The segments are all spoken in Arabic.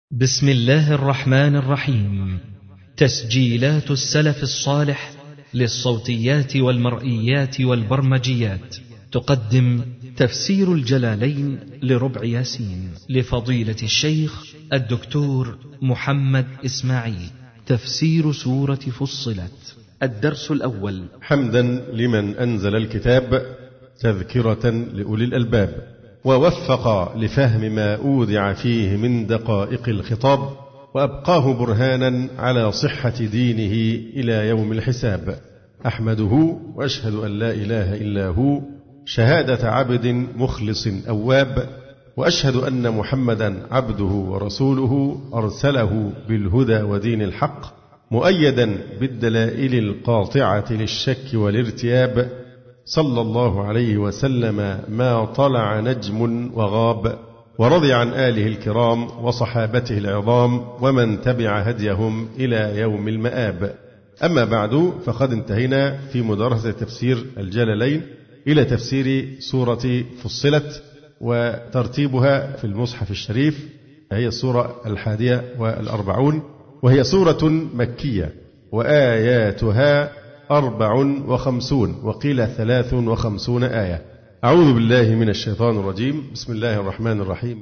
بسم الله الرحمن الرحيم. تسجيلات السلف الصالح للصوتيات والمرئيات والبرمجيات تقدم تفسير الجلالين لربع ياسين لفضيلة الشيخ الدكتور محمد إسماعيل. تفسير سورة فصلت. الدرس الأول. حمدا لمن أنزل الكتاب تذكرة لأولي الألباب ووفق لفهم ما أودع فيه من دقائق الخطاب وأبقاه برهانا على صحة دينه إلى يوم الحساب. أحمده وأشهد أن لا إله إلا هو شهادة عبد مخلص أواب، وأشهد أن محمدا عبده ورسوله أرسله بالهدى ودين الحق مؤيدا بالدلائل القاطعة للشك والارتياب، صلى الله عليه وسلم ما طلع نجم وغاب، ورضي عن آله الكرام وصحابته العظام ومن تبع هديهم إلى يوم المآب. أما بعد، فقد انتهينا في مدارسة تفسير الجلالين إلى تفسير سورة فصلت، وترتيبها في المصحف الشريف هي السورة 41، وهي سورة مكية وآياتها 54 وقيل 53 آية. أعوذ بالله من الشيطان الرجيم. بسم الله الرحمن الرحيم.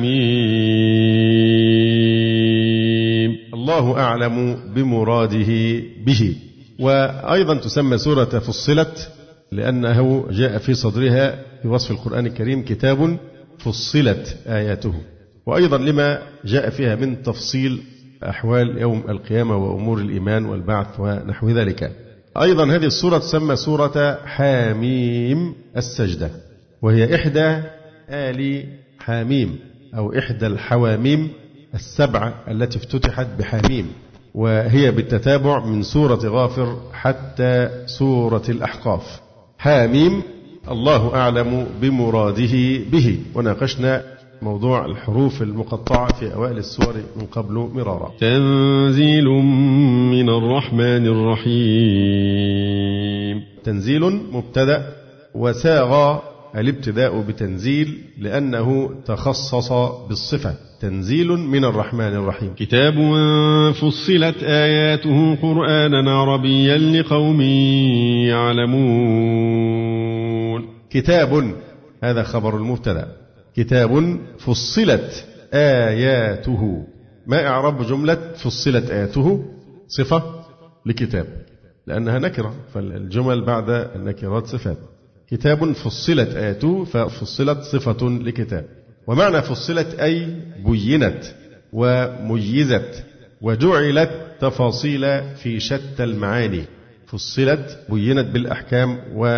حميم. الله أعلم بمراده به. وأيضا تسمى سورة فصلت لأنه جاء في صدرها في وصف القرآن الكريم كتاب فصلت آياته، وأيضا لما جاء فيها من تفصيل أحوال يوم القيامة وأمور الإيمان والبعث ونحو ذلك. أيضا هذه السورة تسمى سورة حاميم السجدة، وهي إحدى آل حاميم أو إحدى الحواميم السبعة التي افتتحت بحاميم، وهي بالتتابع من سورة غافر حتى سورة الأحقاف. حاميم الله أعلم بمراده به. وناقشنا موضوع الحروف المقطعة في أوائل السور من قبل مرارا. تنزيل من الرحمن الرحيم. تنزيل مبتدأ، وساغ الابتداء بتنزيل لأنه تخصص بالصفة. تنزيل من الرحمن الرحيم. كتاب فصلت آياته قرآنا عربيا لقوم يعلمون. كتاب هذا خبر المبتدأ. كتاب فصلت آياته. ما إعراب جملة فصلت آياته؟ صفة لكتاب لأنها نكرة، فالجمل بعد النكرات صفات. كتاب فصلت آياته، ففصلت صفة لكتاب. ومعنى فصلت أي بينت وميزت وجعلت تفاصيل في شتى المعاني. فصلت بينت بالأحكام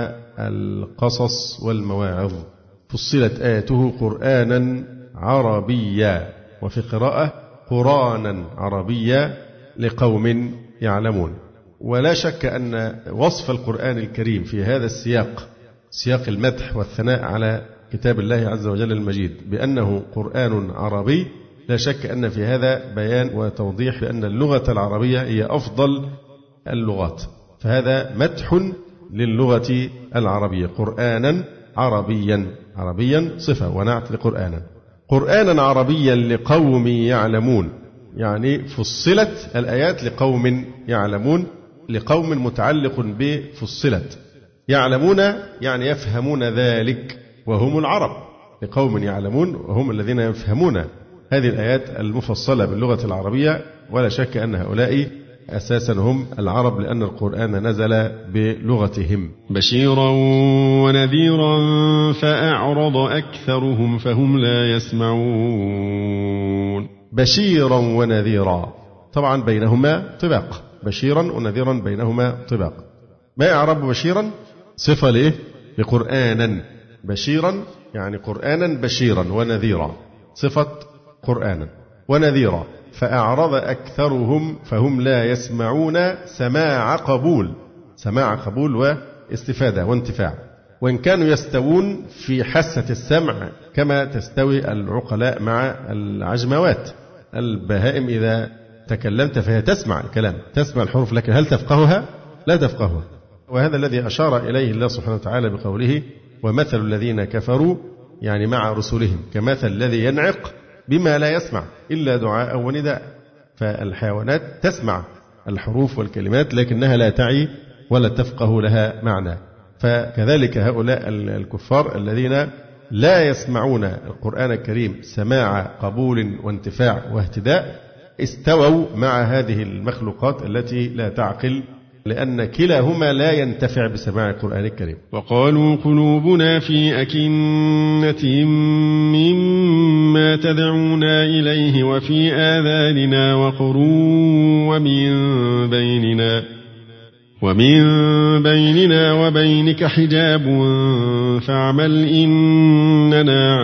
والقصص والمواعظ. فصلت آياته قرآنا عربيا، وفي قراءة قرانا عربيا لقوم يعلمون. ولا شك أن وصف القرآن الكريم في هذا السياق، سياق المدح والثناء على كتاب الله عز وجل المجيد، بأنه قرآن عربي، لا شك أن في هذا بيان وتوضيح بأن اللغة العربية هي أفضل اللغات، فهذا مدح للغة العربية. قرآنا عربيا، عربيا صفة ونعت لقرآنا. قرآنا عربيا لقوم يعلمون، يعني فصلت الآيات لقوم يعلمون. لقوم متعلق بفصلت. يعلمون يعني يفهمون ذلك وهم العرب. لقوم يعلمون وهم الذين يفهمون هذه الآيات المفصلة باللغة العربية، ولا شك أن هؤلاء أساسا هم العرب لأن القرآن نزل بلغتهم. بشيرا ونذيرا فأعرض أكثرهم فهم لا يسمعون. بشيرا ونذيرا، طبعا بينهما طباق. بشيرا ونذيرا بينهما طباق. ما إعراب بشيرا؟ صفة لإيه؟ لقرآنا. بشيرا يعني قرآنا بشيرا، ونذيرا صفة قرآنا. ونذيرا فأعرض أكثرهم فهم لا يسمعون. سماع قبول، سماع قبول واستفادة وانتفاع. وإن كانوا يستوون في حاسة السمع كما تستوي العقلاء مع العجموات. البهائم إذا تكلمت فهي تسمع الكلام، تسمع الحروف، لكن هل تفقهها؟ لا تفقهها. وهذا الذي أشار إليه الله سبحانه وتعالى بقوله ومثل الذين كفروا، يعني مع رسلهم، كمثل الذي ينعق بما لا يسمع إلا دعاء ونداء. فالحيوانات تسمع الحروف والكلمات لكنها لا تعي ولا تفقه لها معنى. فكذلك هؤلاء الكفار الذين لا يسمعون القرآن الكريم سماع قبول وانتفاع واهتداء استووا مع هذه المخلوقات التي لا تعقل، لأن كلاهما لا ينتفع بسماع القرآن الكريم. وقالوا قلوبنا في أكنة مما تدعونا إليه وفي آذاننا وقر ومن بيننا وبينك حجاب فاعمل إننا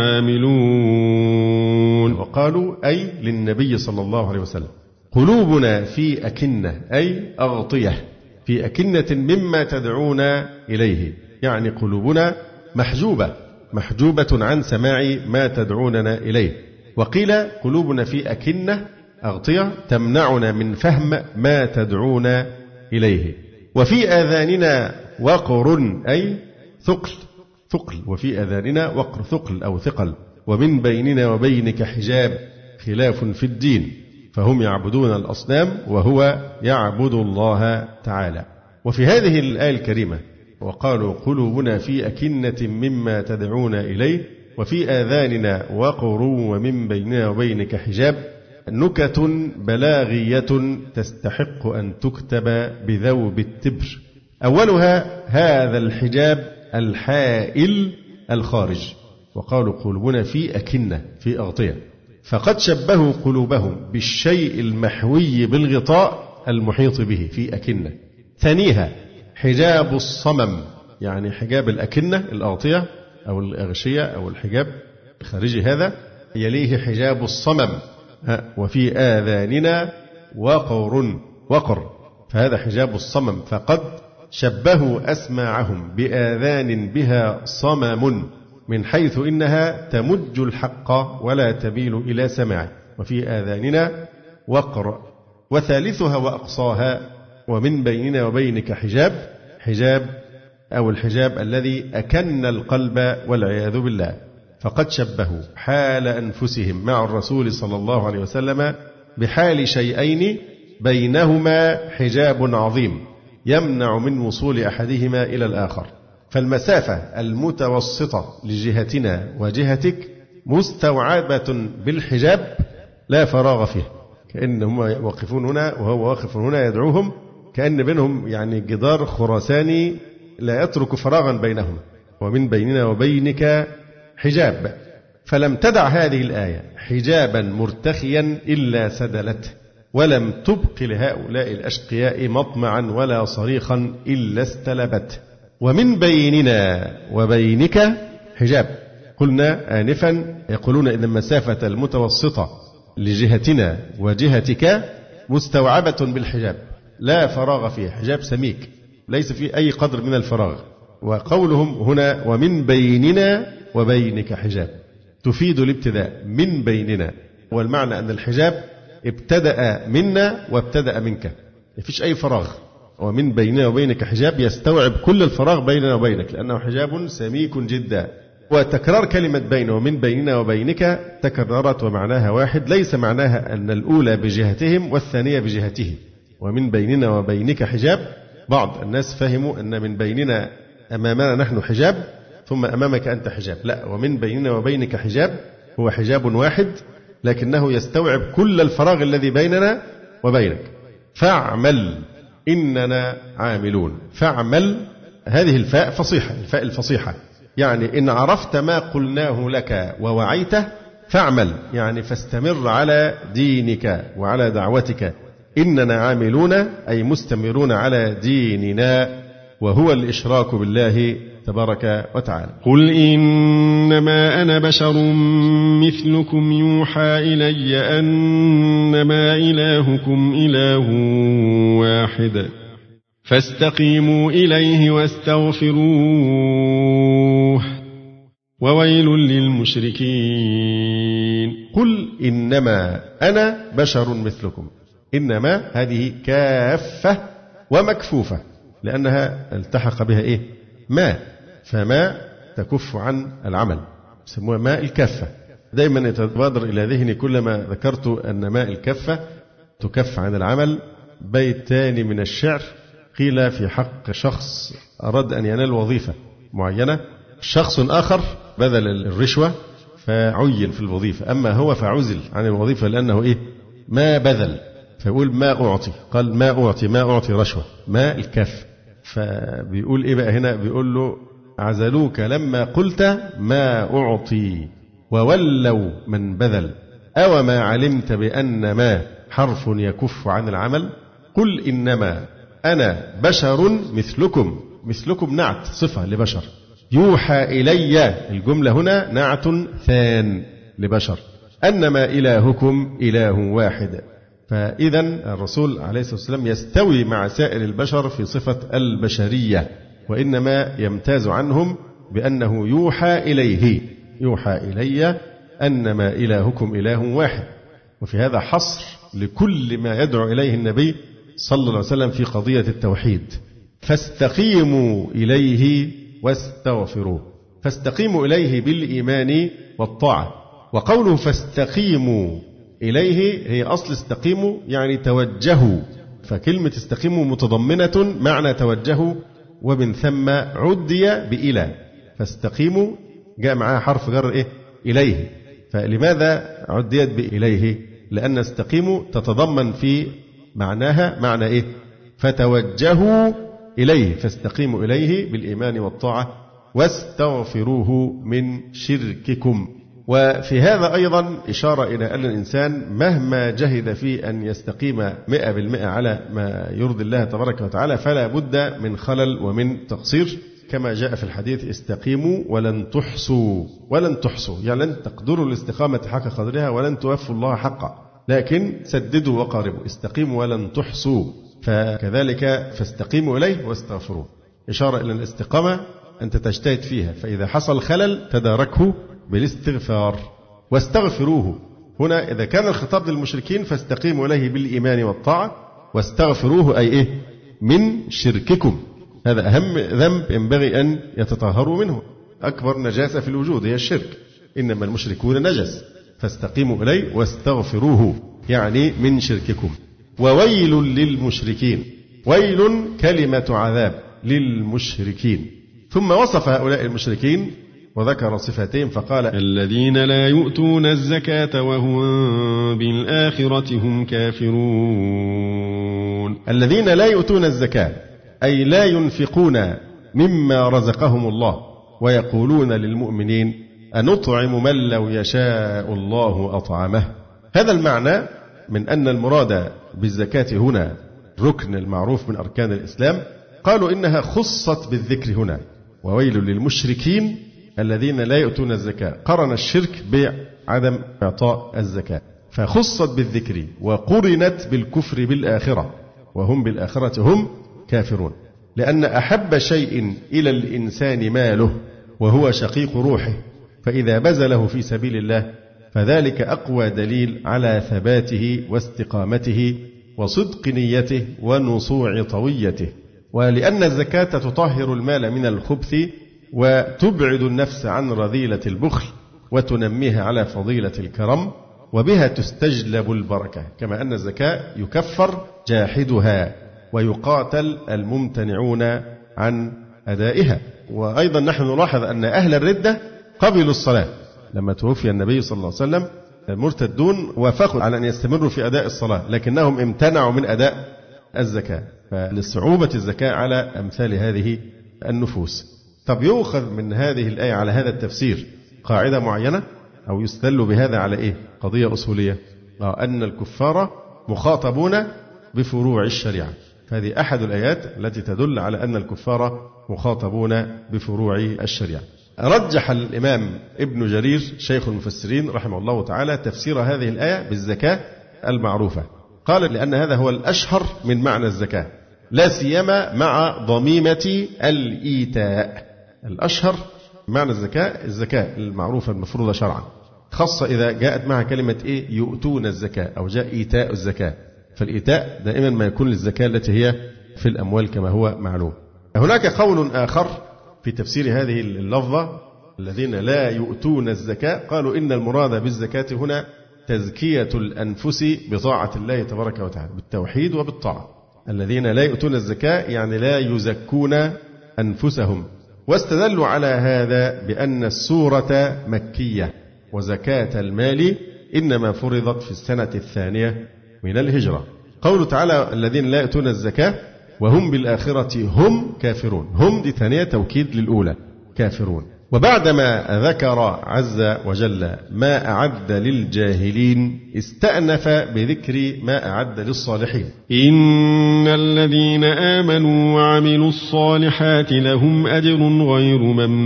عاملون. وقالوا أي للنبي صلى الله عليه وسلم قلوبنا في أكنة أي أغطية، في أكنة مما تدعونا إليه، يعني قلوبنا محجوبة عن سماع ما تدعوننا إليه. وقيل قلوبنا في أكنة أغطية تمنعنا من فهم ما تدعونا إليه. وفي آذاننا وقر أي ثقل، وفي آذاننا وقر ثقل أو ثقل. ومن بيننا وبينك حجاب خلاف في الدين، فهم يعبدون الأصنام وهو يعبد الله تعالى. وفي هذه الآية الكريمة وقالوا قلوبنا في أكنة مما تدعون إليه وفي آذاننا وقر ومن بيننا وبينك حجاب نكت بلاغية تستحق أن تكتب بذوب التبر. أولها هذا الحجاب الحائل الخارج، وقالوا قلوبنا في أكنة في أغطية، فقد شبهوا قلوبهم بالشيء المحوي بالغطاء المحيط به في أكنة. ثانيها حجاب الصمم، يعني حجاب الأكنة الأغطية أو الأغشية أو الحجاب الخارجي هذا، يليه حجاب الصمم. وفي آذاننا وقر، فهذا حجاب الصمم، فقد شبهوا أسماعهم بآذان بها صمم من حيث إنها تمج الحق ولا تميل إلى سماعه. وفي آذاننا وقر. وثالثها وأقصاها ومن بيننا وبينك حجاب أو الحجاب الذي أكن القلب والعياذ بالله، فقد شبهوا حال أنفسهم مع الرسول صلى الله عليه وسلم بحال شيئين بينهما حجاب عظيم يمنع من وصول أحدهما إلى الآخر. فالمسافة المتوسطة لجهتنا وجهتك مستوعبة بالحجاب لا فراغ فيه، كأنهم واقفون هنا وهو واقف هنا يدعوهم، كأن بينهم يعني جدار خراساني لا يترك فراغا بينهم. ومن بيننا وبينك حجاب، فلم تدع هذه الآية حجابا مرتخيا إلا سدلته، ولم تبق لهؤلاء الأشقياء مطمعا ولا صريخا إلا استلبته. ومن بيننا وبينك حجاب، قلنا آنفا يقولون إن المسافة المتوسطة لجهتنا وجهتك مستوعبة بالحجاب لا فراغ فيه، حجاب سميك ليس فيه أي قدر من الفراغ. وقولهم هنا ومن بيننا وبينك حجاب تفيد الابتداء، من بيننا، والمعنى أن الحجاب ابتدأ منا وابتدأ منك، ما فيش أي فراغ. ومن بيننا وبينك حجاب يستوعب كل الفراغ بيننا وبينك، لأنه حجاب سميك جدا. وتكرار كلمة بين ومن بيننا وبينك تكررت ومعناها واحد، ليس معناها أن الأولى بجهتهم والثانية بجهته. ومن بيننا وبينك حجاب، بعض الناس فهموا أن من بيننا أمامنا نحن حجاب ثم أمامك أنت حجاب، لا، ومن بيننا وبينك حجاب هو حجاب واحد لكنه يستوعب كل الفراغ الذي بيننا وبينك. فاعمل إننا عاملون. فاعمل هذه الفاء فصيحة، الفاء الفصيحة، يعني إن عرفت ما قلناه لك ووعيته فاعمل، يعني فاستمر على دينك وعلى دعوتك. إننا عاملون أي مستمرون على ديننا، وهو الإشراك بالله تبارك وتعالى. قل إنما أنا بشر مثلكم يوحى إلي أنما إلهكم إله واحد فاستقيموا إليه واستغفروه وويل للمشركين. قل إنما أنا بشر مثلكم. إنما هذه كافة ومكفوفة لأنها التحق بها إيه؟ ما، فما تكف عن العمل، يسموها ماء الكافة. دايما يتبادر إلى ذهني كلما ذكرت أن ماء الكفة تكف عن العمل بيت تاني من الشعر قيل في حق شخص أراد أن ينال وظيفة معينة، شخص آخر بذل الرشوة فعين في الوظيفة، أما هو فعزل عن الوظيفة لأنه ما بذل، فيقول ما أعطي، قال ما أعطي رشوة، ما الكف. فبيقول بقى هنا، بيقول له عزلوك لما قلت ما أعطي وولوا من بذل، أو ما علمت بأن ما حرف يكف عن العمل، قل إنما أنا بشر مثلكم. مثلكم نعت صفة لبشر، يوحى إلي الجملة هنا نعت ثان لبشر، أنما إلهكم إله واحد. فإذا الرسول عليه الصلاة والسلام يستوي مع سائر البشر في صفة البشرية، وإنما يمتاز عنهم بأنه يوحى إلي أنما إلهكم إله واحد. وفي هذا حصر لكل ما يدعو إليه النبي صلى الله عليه وسلم في قضية التوحيد. فاستقيموا إليه واستغفروه، فاستقيموا إليه بالإيمان والطاعة. وقوله فاستقيموا إليه هي أصل استقيموا يعني توجهوا، فكلمة استقيموا متضمنة معنى توجهوا، ومن ثم عدي بإلى، فاستقيموا جاء معها حرف جر إليه. فلماذا عديت بإليه؟ لأن استقيموا تتضمن في معناها معنى فتوجهوا إليه، فاستقيموا إليه بالإيمان والطاعة واستغفروه من شرككم. وفي هذا أيضا إشارة إلى أن الإنسان مهما جهد في أن يستقيم 100% على ما يرضي الله تبارك وتعالى فلا بد من خلل ومن تقصير، كما جاء في الحديث استقيموا ولن تحصوا، يعني لن تقدروا الاستقامة حق قدرها ولن توفوا الله حقا، لكن سددوا وقاربوا، استقيموا ولن تحصوا. فكذلك فاستقيموا إليه واستغفروه، إشارة إلى الاستقامة أنت تجتهد فيها، فإذا حصل خلل تداركه بالاستغفار. واستغفروه هنا إذا كان الخطاب للمشركين فاستقيموا إليه بالإيمان والطاعة، واستغفروه أي من شرككم. هذا أهم ذنب ينبغي أن يتطهروا منه، أكبر نجاسة في الوجود هي الشرك، إنما المشركون نجس، فاستقيموا إليه واستغفروه يعني من شرككم. وويل للمشركين، ويل كلمة عذاب للمشركين. ثم وصف هؤلاء المشركين وذكر صفاتهم فقال الذين لا يؤتون الزكاة وهم بالآخرة هم كافرون. الذين لا يؤتون الزكاة أي لا ينفقون مما رزقهم الله، ويقولون للمؤمنين أنطعم من لو يشاء الله أطعمه. هذا المعنى من أن المراد بالزكاة هنا ركن المعروف من أركان الإسلام، قالوا إنها خصت بالذكر هنا، وويل للمشركين الذين لا يؤتون الزكاة، قرن الشرك بعدم إعطاء الزكاة، فخصت بالذكر وقرنت بالكفر بالآخرة، وهم بالآخرة هم كافرون، لأن أحب شيء إلى الإنسان ماله وهو شقيق روحه، فإذا بذله في سبيل الله فذلك أقوى دليل على ثباته واستقامته وصدق نيته ونصوع طويته. ولأن الزكاة تطهر المال من الخبث وتبعد النفس عن رذيلة البخل وتنميها على فضيلة الكرم، وبها تستجلب البركة، كما أن الزكاة يكفر جاحدها ويقاتل الممتنعون عن أدائها. وأيضا نحن نلاحظ أن أهل الردة قبلوا الصلاة لما توفي النبي صلى الله عليه وسلم، المرتدون وافقوا على أن يستمروا في أداء الصلاة لكنهم امتنعوا من أداء الزكاة، فلصعوبة الزكاة على أمثال هذه النفوس. طب يؤخذ من هذه الآية على هذا التفسير قاعدة معينة، أو يستدل بهذا على قضية أصولية، أن الكفار مخاطبون بفروع الشريعة. هذه أحد الآيات التي تدل على أن الكفار مخاطبون بفروع الشريعة. رجح الإمام ابن جرير شيخ المفسرين رحمه الله تعالى تفسير هذه الآية بالزكاة المعروفة، قال لأن هذا هو الأشهر من معنى الزكاة، لا سيما مع ضميمة الإيتاء. الأشهر معنى الزكاة المعروفة المفروضة شرعا، خاصة إذا جاءت معها كلمة يؤتون الزكاة أو جاء إيتاء الزكاة، فالإيتاء دائما ما يكون للزكاة التي هي في الأموال كما هو معلوم. هناك قول آخر في تفسير هذه اللفظة الذين لا يؤتون الزكاة، قالوا إن المراد بالزكاة هنا تزكية الأنفس بطاعة الله تبارك وتعالى، بالتوحيد وبالطاعة. الذين لا يؤتون الزكاة يعني لا يزكون أنفسهم. واستدلوا على هذا بأن السورة مكية، وزكاة المال إنما فرضت في السنة الثانية من الهجرة. قوله تعالى الذين لا يؤتون الزكاة وهم بالآخرة هم كافرون، هم دي ثانية توكيد للأولى كافرون. وبعدما ذكر عز وجل ما أعد للجاهلين استأنف بذكر ما أعد للصالحين. إن الذين آمنوا وعملوا الصالحات لهم أجر غير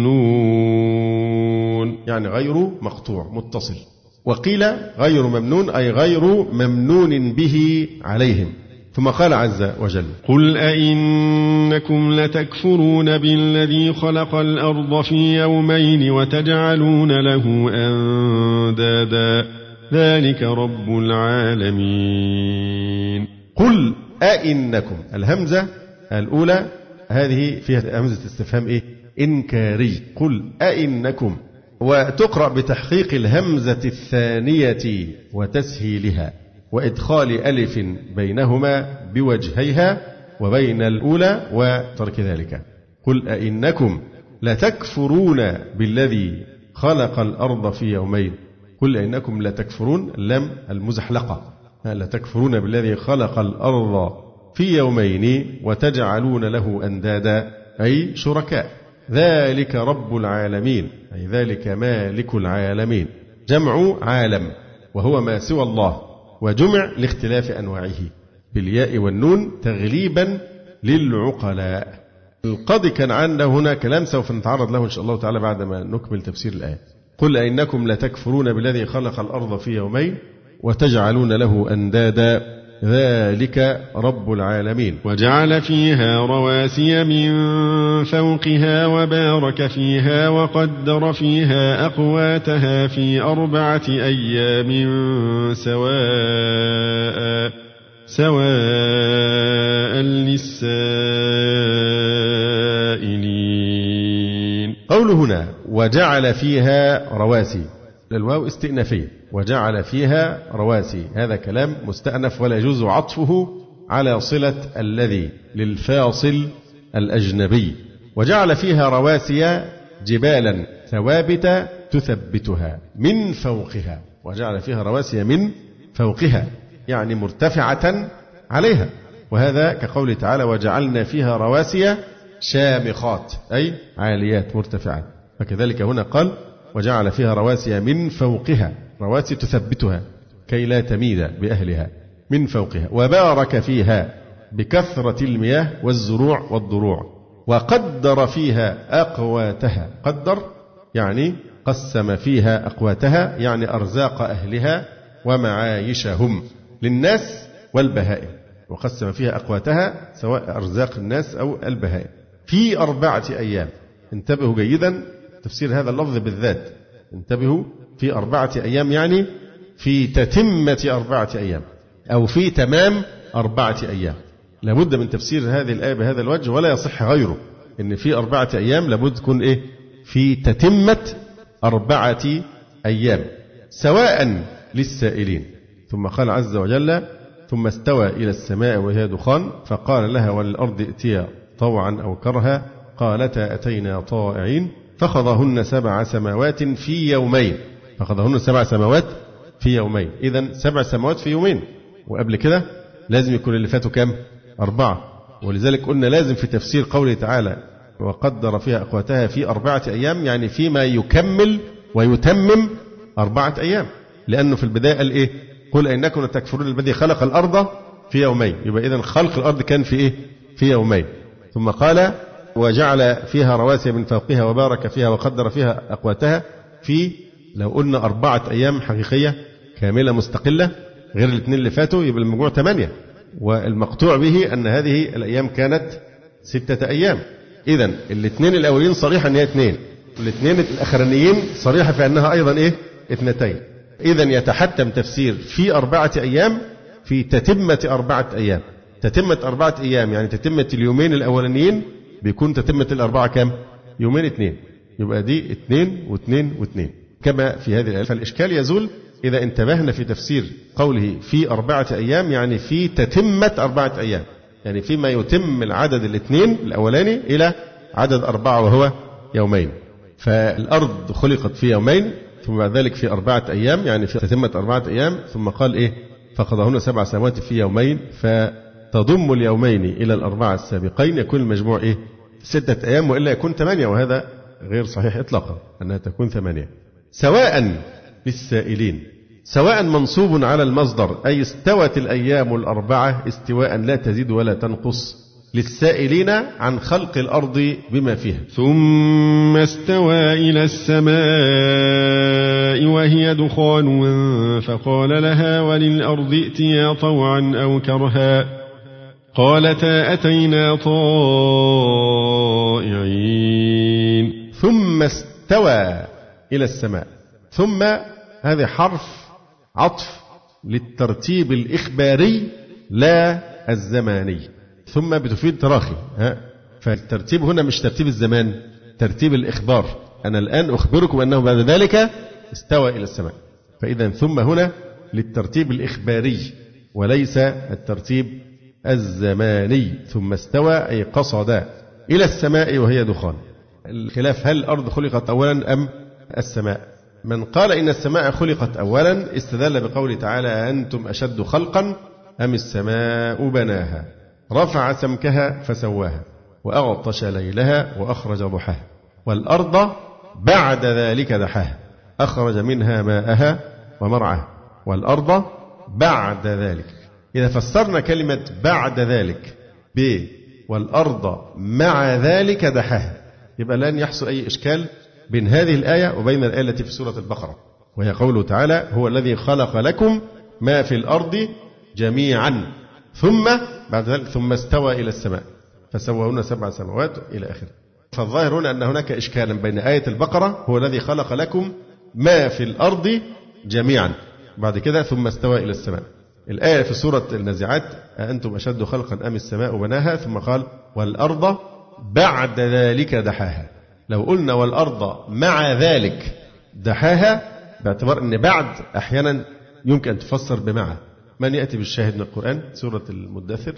ممنون، يعني غير مقطوع متصل. وقيل غير ممنون أي غير ممنون به عليهم. ثم قال عز وجل قل أئنكم لتكفرون بالذي خلق الأرض في يومين وتجعلون له أندادا ذلك رب العالمين. قل أئنكم، الهمزة الأولى هذه فيها همزة استفهام إنكاري. قل أئنكم، وتقرأ بتحقيق الهمزة الثانية وتسهيلها وإدخال ألف بينهما بوجهيها وبين الأولى وترك ذلك. قل أئنكم لتكفرون بالذي خلق الأرض في يومين. قل أئنكم لتكفرون، اللام المزحلقة، لتكفرون بالذي خلق الأرض في يومين وتجعلون له أندادا أي شركاء. ذلك رب العالمين أي ذلك مالك العالمين، جمع عالم وهو ما سوى الله، وجمع لاختلاف أنواعه بالياء والنون تغليبا للعقلاء. القاضي كان عنده هنا كلام سوف نتعرض له إن شاء الله تعالى بعد ما نكمل تفسير الآية. قل أئنكم لتكفرون بالذي خلق الأرض في يومين وتجعلون له أندادا ذلك رب العالمين. وجعل فيها رواسي من فوقها وبارك فيها وقدر فيها أقواتها في 4 أيام سواء للسائلين. قوله هنا وجعل فيها رواسي، الواو استئنافية، وجعل فيها رواسي، هذا كلام مستأنف ولا يجوز عطفه على صلة الذي للفاصل الأجنبي. وجعل فيها رواسي جبالا ثوابت تثبتها من فوقها، وجعل فيها رواسي من فوقها يعني مرتفعة عليها، وهذا كقوله تعالى وجعلنا فيها رواسي شامخات أي عاليات مرتفعات. فكذلك هنا قال وجعل فيها رواسي من فوقها، رواسي تثبتها كي لا تميل بأهلها من فوقها. وبارك فيها بكثرة المياه والزروع والضروع. وقدر فيها أقواتها، قدر يعني قسم فيها أقواتها يعني أرزاق أهلها ومعايشهم للناس والبهائم، وقسم فيها أقواتها سواء أرزاق الناس أو البهائم في 4 أيام. انتبهوا جيدا تفسير هذا اللفظ بالذات، انتبهوا في 4 أيام يعني في تتمة 4 أيام أو في تمام 4 أيام. لابد من تفسير هذه الآية بهذا الوجه ولا يصح غيره، إن في 4 أيام لابد تكون في تتمة 4 أيام سواء للسائلين. ثم قال عز وجل ثم استوى إلى السماء وهي دخان فقال لها وللأرض ائتيا طوعا أو كرها قالتا أتينا طائعين فخضهن 7 سماوات في يومين. فخضهن 7 سماوات في يومين، إذن 7 سماوات في يومين، وقبل كده لازم يكون اللي فاتوا كام؟ 4. ولذلك قلنا لازم في تفسير قوله تعالى وقدر فيها أقواتها في 4 أيام يعني فيما يكمل ويتمم 4 أيام، لأنه في البداية قال قل إنكم تكفرون بالذي خلق الأرض في يومين، يبقى إذن خلق الأرض كان في في يومين. ثم قال وجعل فيها رواسي من فوقها وبارك فيها وقدر فيها أقواتها في، لو قلنا 4 أيام حقيقية كاملة مستقلة غير الاثنين اللي فاتوا يبقى المجموع 8، والمقطوع به أن هذه الأيام كانت 6 أيام. إذن الاثنين الأولين صريحة أنها 2، الاثنين الأخرانيين صريحة في أنها أيضا 2. إذن يتحتم تفسير في 4 أيام في تتمة 4 أيام. تتمة 4 أيام يعني تتمة اليومين الأولانيين بيكون تتمة 4 كام؟ يومين 2. يبقى دي 2 و2 و2 كما في هذه الآية. فالإشكال يزول إذا انتبهنا في تفسير قوله في 4 أيام، يعني في تتمة 4 أيام، يعني فيما يتم العدد الاثنين الأولاني إلى عدد 4 وهو يومين. فالأرض خلقت في يومين ثم بعد ذلك في 4 أيام، يعني في تتمة 4 أيام، ثم قال إيه فقضاهن 7 سنوات في يومين، فتضم اليومين إلى 4 السابقين، يكون المجموع إيه 6 أيام، وإلا يكون 8، وهذا غير صحيح إطلاقا أنها تكون 8. سواء للسائلين، سواء منصوب على المصدر أي استوت الأيام 4 استواء لا تزيد ولا تنقص، للسائلين عن خلق الأرض بما فيها. ثم استوى إلى السماء وهي دخان فقال لها وللأرض ائتيا طوعا أو كرها قالتا أتينا طائعين. ثم استوى إلى السماء، ثم هذا حرف عطف للترتيب الإخباري لا الزماني، ثم بتفيد تراخي، فالترتيب هنا مش ترتيب الزمان، ترتيب الإخبار، أنا الآن أخبركم أنه بعد ذلك استوى إلى السماء، فإذا ثم هنا للترتيب الإخباري وليس الترتيب الزماني. ثم استوى أي قصد إلى السماء وهي دخان. الخلاف هل الأرض خلقت أولا أم السماء؟ من قال إن السماء خلقت أولا استدل بقوله تعالى أنتم أشد خلقا أم السماء بناها رفع سمكها فسواها وأغطش ليلها وأخرج ضحاها والأرض بعد ذلك دحاها أخرج منها ماءها ومرعاها والأرض بعد ذلك. إذا فسرنا كلمة بعد ذلك والأرض مع ذلك دحاها، يبقى لن يحصل أي إشكال بين هذه الآية وبين الآية التي في سورة البقرة، وهي قوله تعالى هو الذي خلق لكم ما في الأرض جميعا ثم بعد ذلك ثم استوى إلى السماء فسواهن 7 سماوات إلى آخره. فالظاهر هنا أن هناك إشكالا بين آية البقرة هو الذي خلق لكم ما في الأرض جميعا، بعد كده ثم استوى إلى السماء. الآية في سورة النازعات أأنتم أشد خلقا أم السماء بناها، ثم قال والأرض بعد ذلك دحاها. لو قلنا والأرض مع ذلك دحاها، باعتبار أن بعد أحيانا يمكن أن تفسر بمع. من يأتي بالشاهد من القرآن؟ سورة المدثر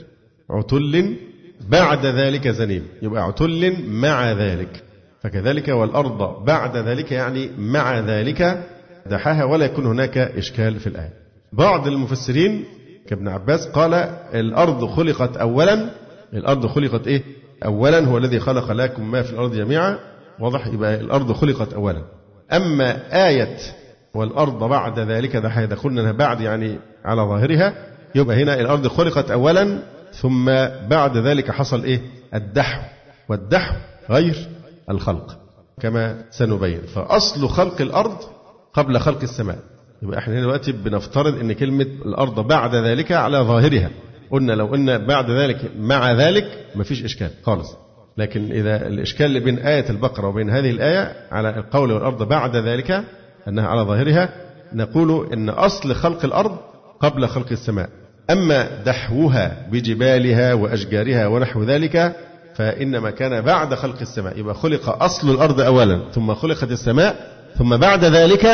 عتل بعد ذلك زنيم، يبقى عتل مع ذلك، فكذلك والأرض بعد ذلك يعني مع ذلك دحاها، ولا يكون هناك إشكال في الآية. بعض المفسرين كابن عباس قال الأرض خلقت أولا. الأرض خلقت إيه؟ أولا هو الذي خلق لكم ما في الأرض جميعا، واضح، يبقى الأرض خلقت أولا. أما آية والأرض بعد ذلك دحاها قلنا أنها بعد يعني على ظاهرها، يبقى هنا الأرض خلقت أولا ثم بعد ذلك حصل إيه؟ الدحو، والدحو غير الخلق كما سنبين. فأصل خلق الأرض قبل خلق السماء. يبقى احنا دلوقتي بنفترض ان كلمة الأرض بعد ذلك على ظاهرها، قلنا لو قلنا بعد ذلك مع ذلك مفيش إشكال خالص، لكن إذا الإشكال اللي بين آية البقرة وبين هذه الآية على القول والأرض بعد ذلك أنها على ظاهرها، نقول إن أصل خلق الأرض قبل خلق السماء، أما دحوها بجبالها وأشجارها ونحو ذلك فإنما كان بعد خلق السماء. يبقى خلق أصل الأرض أولا ثم خلقت السماء ثم بعد ذلك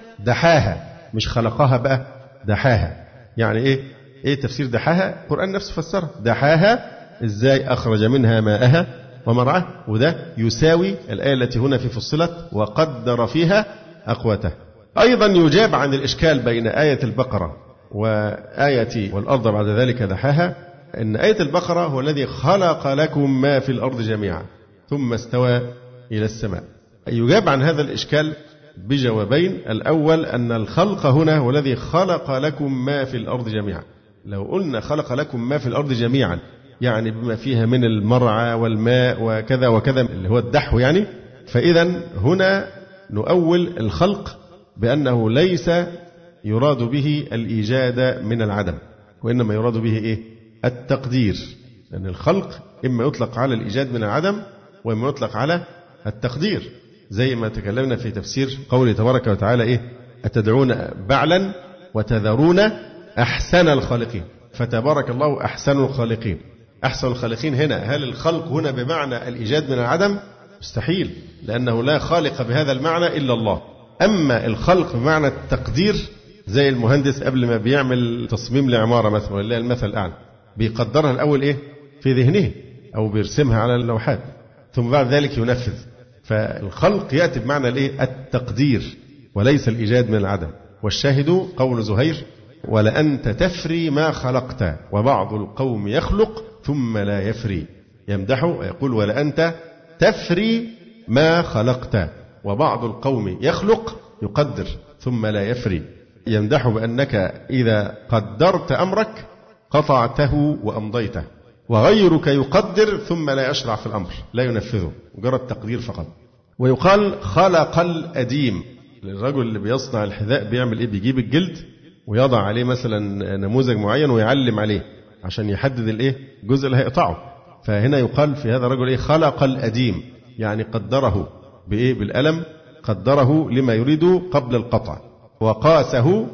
دحاها، مش خلقها بقى دحاها. يعني إيه تفسير دحاها؟ القرآن نفسه فسرها دحاها إزاي؟ أخرج منها ماءها ومرعاها، وده يساوي الآية التي هنا في فصلت وقدر فيها أقواتها. أيضا يجاب عن الإشكال بين آية البقرة وآية والأرض بعد ذلك دحاها أن آية البقرة هو الذي خلق لكم ما في الأرض جميعا ثم استوى إلى السماء. يجاب عن هذا الإشكال بجوابين. الأول أن الخلق هنا هو الذي خلق لكم ما في الأرض جميعا. لو قلنا خلق لكم ما في الأرض جميعا يعني بما فيها من المرعى والماء وكذا وكذا اللي هو الدحو يعني، فإذا هنا نؤول الخلق بأنه ليس يراد به الإيجاد من العدم، وإنما يراد به إيه؟ التقدير. لأن الخلق إما يطلق على الإيجاد من العدم وإما يطلق على التقدير، زي ما تكلمنا في تفسير قوله تبارك وتعالى إيه؟ أتدعون بعلا وتذرون أحسن الخالقين، فتبارك الله أحسن الخالقين. أحسن الخالقين هنا هل الخلق هنا بمعنى الإيجاد من العدم مستحيل، لأنه لا خالق بهذا المعنى إلا الله. أما الخلق بمعنى التقدير زي المهندس قبل ما بيعمل تصميم لعمارة مثلا، ولله المثل الأعلى، بيقدرها الأول إيه في ذهنه أو بيرسمها على اللوحات ثم بعد ذلك ينفذ. فالخلق يأتي بمعنى الإيه التقدير وليس الإيجاد من العدم. والشاهد قول زهير: ولأنت تفري ما خلقت وبعض القوم يخلق ثم لا يفري. يمدح ويقول: ولأنت تفري ما خلقت وبعض القوم يخلق، يقدر ثم لا يفري. يمدح بأنك إذا قدرت أمرك قطعته وأمضيته، وغيرك يقدر ثم لا يشرع في الأمر، لا ينفذه، مجرد تقدير فقط. ويقال خلق الأديم، الرجل اللي بيصنع الحذاء بيعمل إيه؟ بيجيب الجلد ويضع عليه مثلا نموذج معين ويعلم عليه عشان يحدد الإيه الجزء اللي هيقطعه. فهنا يقال في هذا الرجل إيه؟ خلق الأديم، يعني قدره بإيه؟ بالألم، قدره لما يريد قبل القطع، وقاسه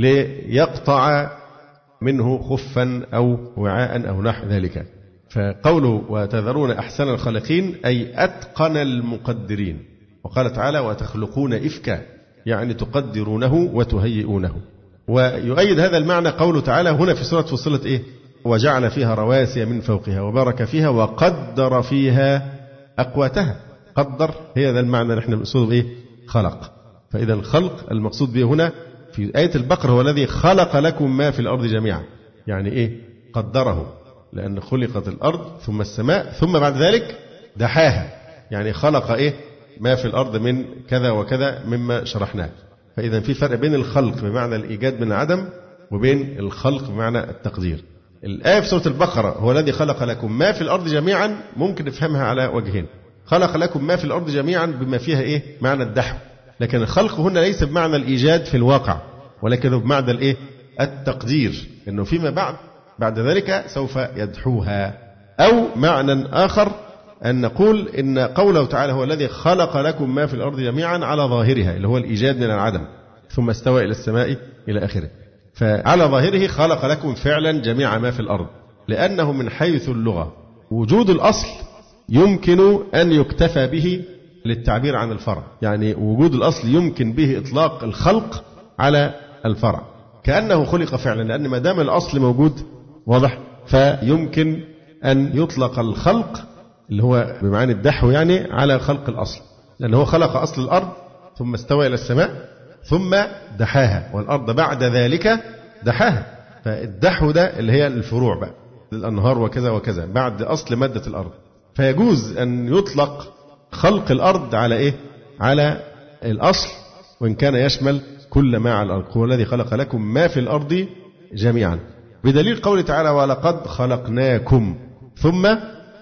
ليقطع منه خفا أو وعاء أو نحو ذلك. فقوله وتذرون أحسن الخالقين أي أتقن المقدرين. وقال تعالى: وتخلقون إفكا، يعني تقدرونه وتهيئونه. ويؤيد هذا المعنى قوله تعالى هنا في سورة فصلت إيه؟ وجعل فيها رواسي من فوقها وبارك فيها وقدر فيها أقواتها. قدر هي ذا المعنى اللي احنا بنقصده إيه؟ خلق. فإذا الخلق المقصود به هنا في آية البقرة هو الذي خلق لكم ما في الأرض جميعا، يعني إيه؟ قدره، لأن خلقت الأرض ثم السماء ثم بعد ذلك دحاها، يعني خلق إيه؟ ما في الأرض من كذا وكذا مما شرحناه. فإذا في فرق بين الخلق بمعنى الإيجاد من العدم وبين الخلق بمعنى التقدير. الآية في سورة البقرة هو الذي خلق لكم ما في الأرض جميعا ممكن نفهمها على وجهين: خلق لكم ما في الأرض جميعا بما فيها إيه؟ معنى الدحو. لكن الخلق هنا ليس بمعنى الإيجاد في الواقع، ولكن بمعنى الإيه؟ التقدير، إنه فيما بعد ذلك سوف يدحوها. أو معنى آخر أن نقول إن قوله تعالى هو الذي خلق لكم ما في الأرض جميعا على ظاهرها اللي هو الإيجاد من العدم ثم استوى إلى السماء إلى آخره. فعلى ظاهره خلق لكم فعلا جميع ما في الأرض، لأنه من حيث اللغة وجود الأصل يمكن أن يكتفى به للتعبير عن الفرع، يعني وجود الأصل يمكن به إطلاق الخلق على الفرع كأنه خلق فعلا، لأن ما دام الأصل موجود واضح فيمكن أن يطلق الخلق اللي هو بمعنى الدحو يعني على خلق الأصل، لأنه هو خلق أصل الأرض ثم استوى إلى السماء ثم دحاها، والأرض بعد ذلك دحاها. فالدحو ده اللي هي الفروع بقى، الأنهار وكذا وكذا بعد أصل مادة الأرض. فيجوز أن يطلق خلق الأرض على إيه؟ على الأصل، وإن كان يشمل كل ما على الأرض. هو الذي خلق لكم ما في الأرض جميعا، بدليل قوله تعالى ولقد خلقناكم ثم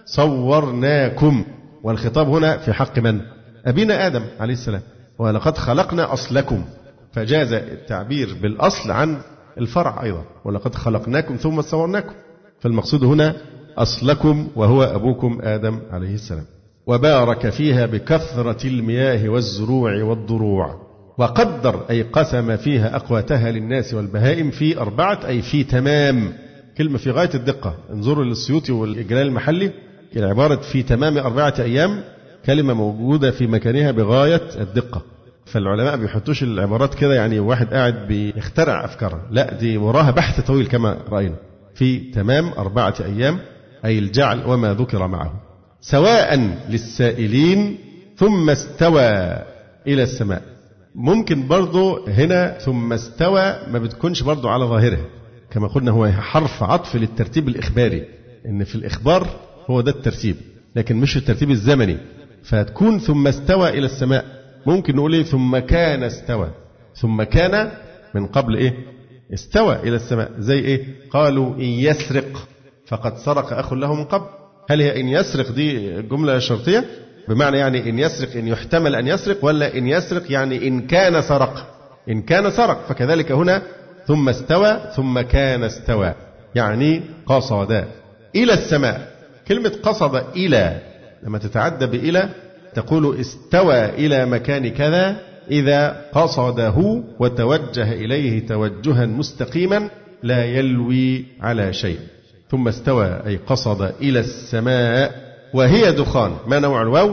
صورناكم. والخطاب هنا في حق من؟ أبينا آدم عليه السلام، ولقد خلقنا أصلكم، فجاز التعبير بالأصل عن الفرع أيضا، ولقد خلقناكم ثم صورناكم. فالمقصود هنا أصلكم وهو أبوكم آدم عليه السلام. وبارك فيها بكثرة المياه والزروع والضروع. وقدر أي قسم فيها أقواتها للناس والبهائم في 4 أي في تمام، كلمة في غاية الدقة. انظروا للسيوطي والإجلال المحلي، العبارة في تمام 4 أيام كلمة موجودة في مكانها بغاية الدقة. فالعلماء بيحطوش العبارات كده يعني واحد قاعد بيخترع أفكاره، لا دي وراها بحث طويل كما رأينا. في تمام 4 أيام أي الجعل وما ذكر معه، سواء للسائلين ثم استوى إلى السماء. ممكن برضو هنا ثم استوى ما بتكونش برضو على ظاهرها، كما قلنا هو حرف عطف للترتيب الإخباري، إن في الإخبار هو ده الترتيب لكن مش الترتيب الزمني. فتكون ثم استوى إلى السماء، ممكن نقول إيه؟ ثم كان استوى، ثم كان من قبل إيه؟ استوى إلى السماء. زي إيه؟ قالوا إن يسرق فقد سرق أخ له من قبل. هل هي إن يسرق دي جملة شرطية بمعنى يعني إن يسرق إن يحتمل أن يسرق، ولا إن يسرق يعني إن كان سرق؟ إن كان سرق. فكذلك هنا ثم استوى ثم كان استوى، يعني قصد إلى السماء. كلمة قصد إلى لما تتعدى بإلى تقول استوى إلى مكان كذا إذا قصده وتوجه إليه توجها مستقيما لا يلوي على شيء. ثم استوى أي قصد إلى السماء وهي دخان. ما نوع الواو؟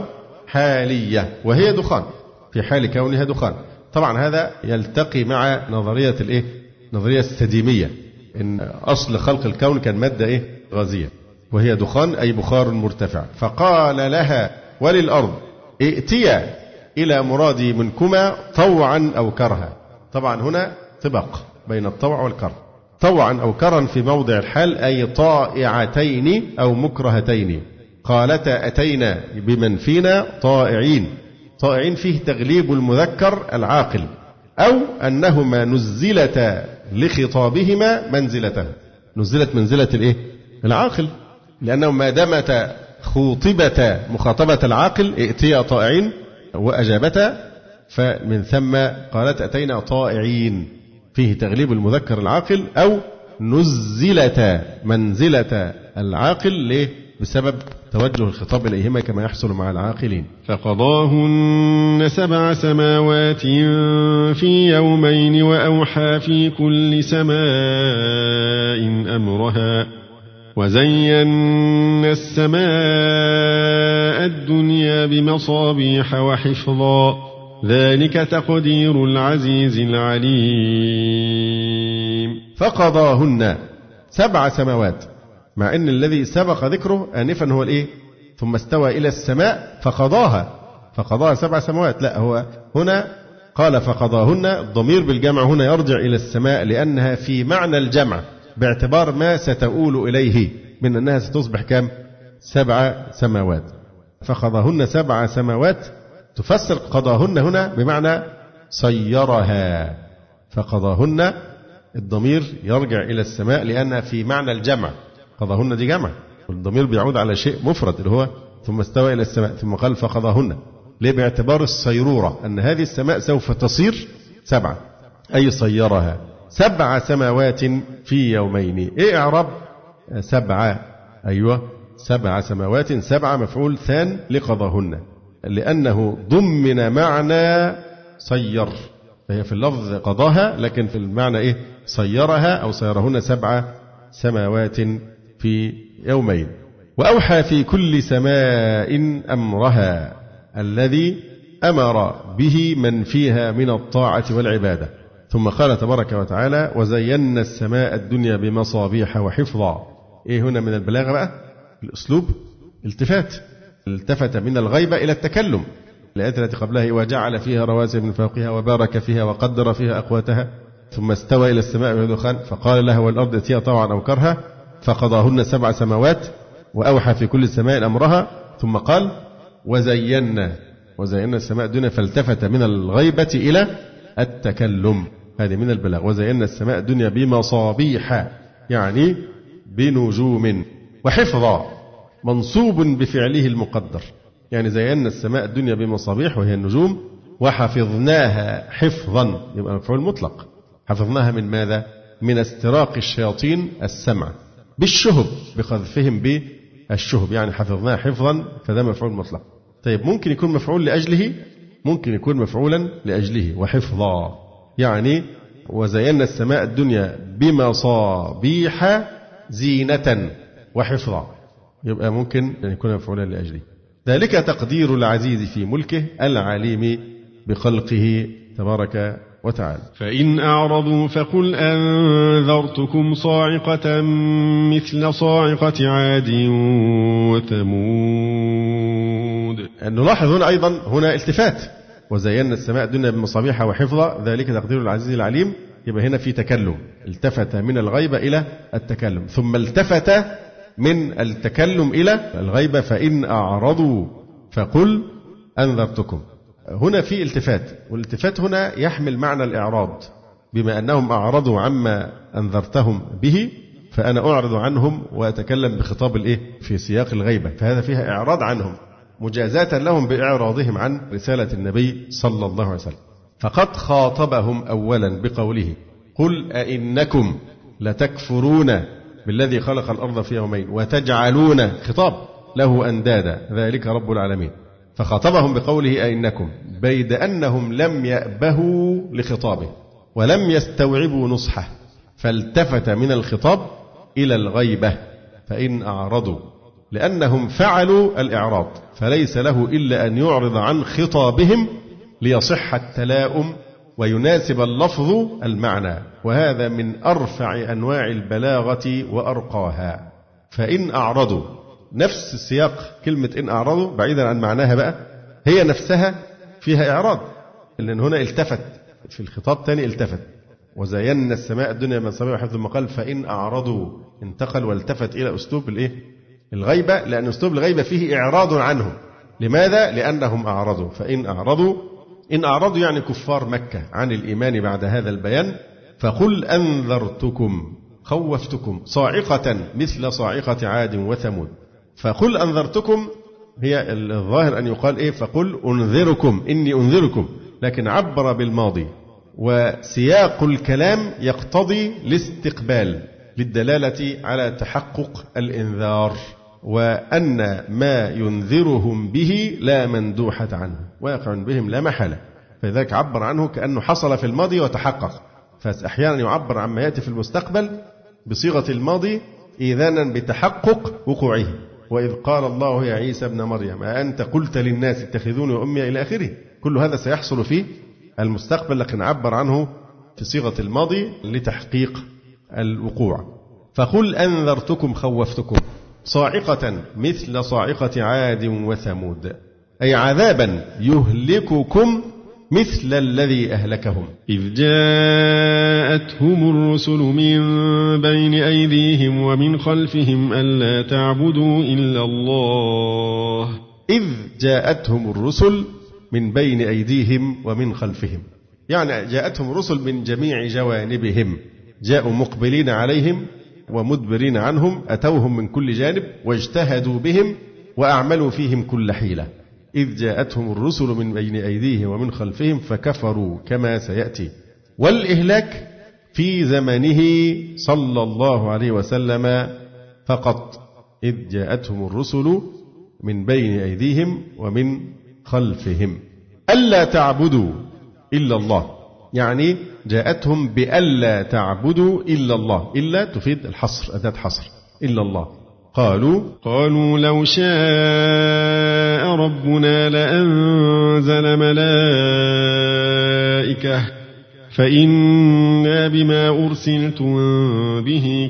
حالية وهي دخان، في حال كونها دخان. طبعا هذا يلتقي مع نظرية نظرية السديمية، إن أصل خلق الكون كان مادة غازية وهي دخان أي بخار مرتفع. فقال لها وللأرض ائتيا إلى مرادي منكما طوعا أو كرها. طبعا هنا طبق بين الطوع والكره، طوعا أو كرها في موضع الحال أي طائعتين أو مكرهتين. قالتا أتينا بمن فينا طائعين. طائعين فيه تغليب المذكر العاقل، أو أنهما نزلتا لخطابهما منزلته، نزلت منزلة العاقل، لأنه ما دامتا خوطبة مخاطبة العاقل ائتيا طائعين وأجابتا، فمن ثم قالت أتينا طائعين، فيه تغليب المذكر العاقل، أو نزلتا منزلة العاقل. ليه؟ بسبب توجه الخطاب إليهما كما يحصل مع العاقلين. فقضاهن 7 سماوات في يومين وأوحى في كل سماء أمرها وزينا السماء الدنيا بمصابيح وحفظا ذلك تقدير العزيز العليم. فقضاهن 7 سماوات، مع أن الذي سبق ذكره آنفا هو ثم استوى إلى السماء فقضاها 7 سماوات. لا، هو هنا قال فقضاهن، الضمير بالجمع هنا يرجع إلى السماء لأنها في معنى الجمع باعتبار ما ستؤول إليه من أنها ستصبح كم؟ 7 سماوات. فقضاهن 7 سماوات تفسر قضاهن هنا بمعنى صيرها. فقضاهن الضمير يرجع إلى السماء لأنها في معنى الجمع، قضاهن دي جمع، والضمير بيعود على شيء مفرد اللي هو ثم استوى إلى السماء، ثم قال فقضاهن. ليه؟ باعتبار الصيرورة، أن هذه السماء سوف تصير 7، أي صيرها 7 سماوات في يومين. إعراب 7؟ أيوة 7 سماوات، 7 مفعول ثان لقضاهن، لأنه ضمن معنى صير، فهي في اللفظ قضاها لكن في المعنى صيرها أو صيرهن 7 سماوات في يومين. وأوحى في كل سماء أمرها الذي أمر به من فيها من الطاعة والعبادة. ثم قال تبارك وتعالى وزينا السماء الدنيا بمصابيح وحفظا. هنا من البلاغة بقى الأسلوب التفت من الغيبة إلى التكلم. الآيات التي قبلها وجعل فيها رواسي من فوقها وبارك فيها وقدر فيها أقواتها ثم استوى إلى السماء وهي دخان فقال لها والأرض ائتيا طوعا أو كرها فقضاهن 7 سماوات وأوحى في كل سماء أمرها. ثم قال وزينا السماء الدنيا، فالتفت من الغيبة إلى التكلم. هذه من البلاغ. وزينا السماء الدنيا بمصابيح يعني بنجوم، وحفظا منصوب بفعله المقدر، يعني زينا السماء الدنيا بمصابيح وهي النجوم وحفظناها حفظا، يبقى مفعول مطلق. حفظناها من ماذا؟ من استراق الشياطين السمع بالشهب، بقذفهم بالشهب، يعني حفظناها حفظا، فده مفعول مطلق. طيب ممكن يكون مفعول لأجله، ممكن يكون مفعولا لأجله. وحفظا يعني وزينا السماء الدنيا بمصابيح زينة وحفظا، يبقى ممكن أن يكون مفعولا لأجله. ذلك تقدير العزيز في ملكه العليم بخلقه تبارك وتعالى. فإن أعرضوا فقل أنذرتكم صاعقة مثل صاعقة عاد وثمود. نلاحظ هنا أيضا التفات، وزينا السماء الدنيا بمصابيح وحفظا ذلك تقدير العزيز العليم. يبقى هنا في تكلم، التفت من الغيبة إلى التكلم، ثم التفت من التكلم إلى الغيبة. فإن أعرضوا فقل أنذرتكم. هنا في التفات، والالتفات هنا يحمل معنى الإعراض، بما أنهم أعرضوا عما أنذرتهم به فأنا أعرض عنهم وأتكلم بخطاب في سياق الغيبة، فهذا فيها إعراض عنهم مجازاة لهم بإعراضهم عن رسالة النبي صلى الله عليه وسلم. فقد خاطبهم أولا بقوله قل أئنكم لتكفرون بالذي خلق الأرض في يومين وتجعلون خطاب له أندادا ذلك رب العالمين. فخاطبهم بقوله أئنكم، بيد أنهم لم يأبهوا لخطابه ولم يستوعبوا نصحه، فالتفت من الخطاب إلى الغيبة. فإن أعرضوا لأنهم فعلوا الإعراض، فليس له إلا أن يعرض عن خطابهم ليصح التلاؤم ويناسب اللفظ المعنى، وهذا من أرفع أنواع البلاغة وأرقاها. فإن أعرضوا، نفس سياق كلمة إن أعرضوا بعيدا عن معناها بقى، هي نفسها فيها إعراض، لأن هنا التفت في الخطاب تاني، التفت وزينا السماء الدنيا من صبيح حفظ المقال، فإن أعرضوا انتقل والتفت إلى أسلوب الغيبة، لأن أسلوب الغيبة فيه إعراض عنهم. لماذا؟ لأنهم أعرضوا. فإن أعرضوا، إن أعرضوا يعني كفار مكة عن الإيمان بعد هذا البيان، فقل أنذرتكم خوفتكم صاعقة مثل صاعقة عاد وثمود. فقل أنذرتكم هي الظاهر أن يقال فقل أنذركم، إني أنذركم، لكن عبر بالماضي، وسياق الكلام يقتضي الاستقبال للدلالة على تحقق الإنذار، وأن ما ينذرهم به لا مندوحة عنه، واقع بهم لا محالة، فلذلك عبر عنه كأنه حصل في الماضي وتحقق. فأحيانا يعبر عما يأتي في المستقبل بصيغة الماضي إذانا بتحقق وقوعه، وإذ قال الله يا عيسى ابن مريم أأنت قلت للناس اتخذوني وأمي إلى آخره. كل هذا سيحصل في المستقبل، لكن عبر عنه في صيغة الماضي لتحقيق الوقوع. فقل أنذرتكم خوفتكم صاعقة مثل صاعقة عاد وثمود، أي عذابا يهلككم مثل الذي أهلكهم. إذ جاءتهم الرسل من بين أيديهم ومن خلفهم ألا تعبدوا إلا الله. إذ جاءتهم الرسل من بين أيديهم ومن خلفهم، يعني جاءتهم الرسل من جميع جوانبهم، جاءوا مقبلين عليهم ومدبرين عنهم، أتوهم من كل جانب واجتهدوا بهم وأعملوا فيهم كل حيلة. إذ جاءتهم الرسل من بين أيديهم ومن خلفهم فكفروا كما سيأتي. والإهلاك في زمنه صلى الله عليه وسلم فقط، إذ جاءتهم الرسل من بين أيديهم ومن خلفهم ألا تعبدوا إلا الله، يعني جاءتهم بألا تعبدوا إلا الله، إلا تفيد الحصر، أداة حصر، إلا الله. قالوا لو شاء ربنا لأنزل ملائكة فإنا بما أرسلتم به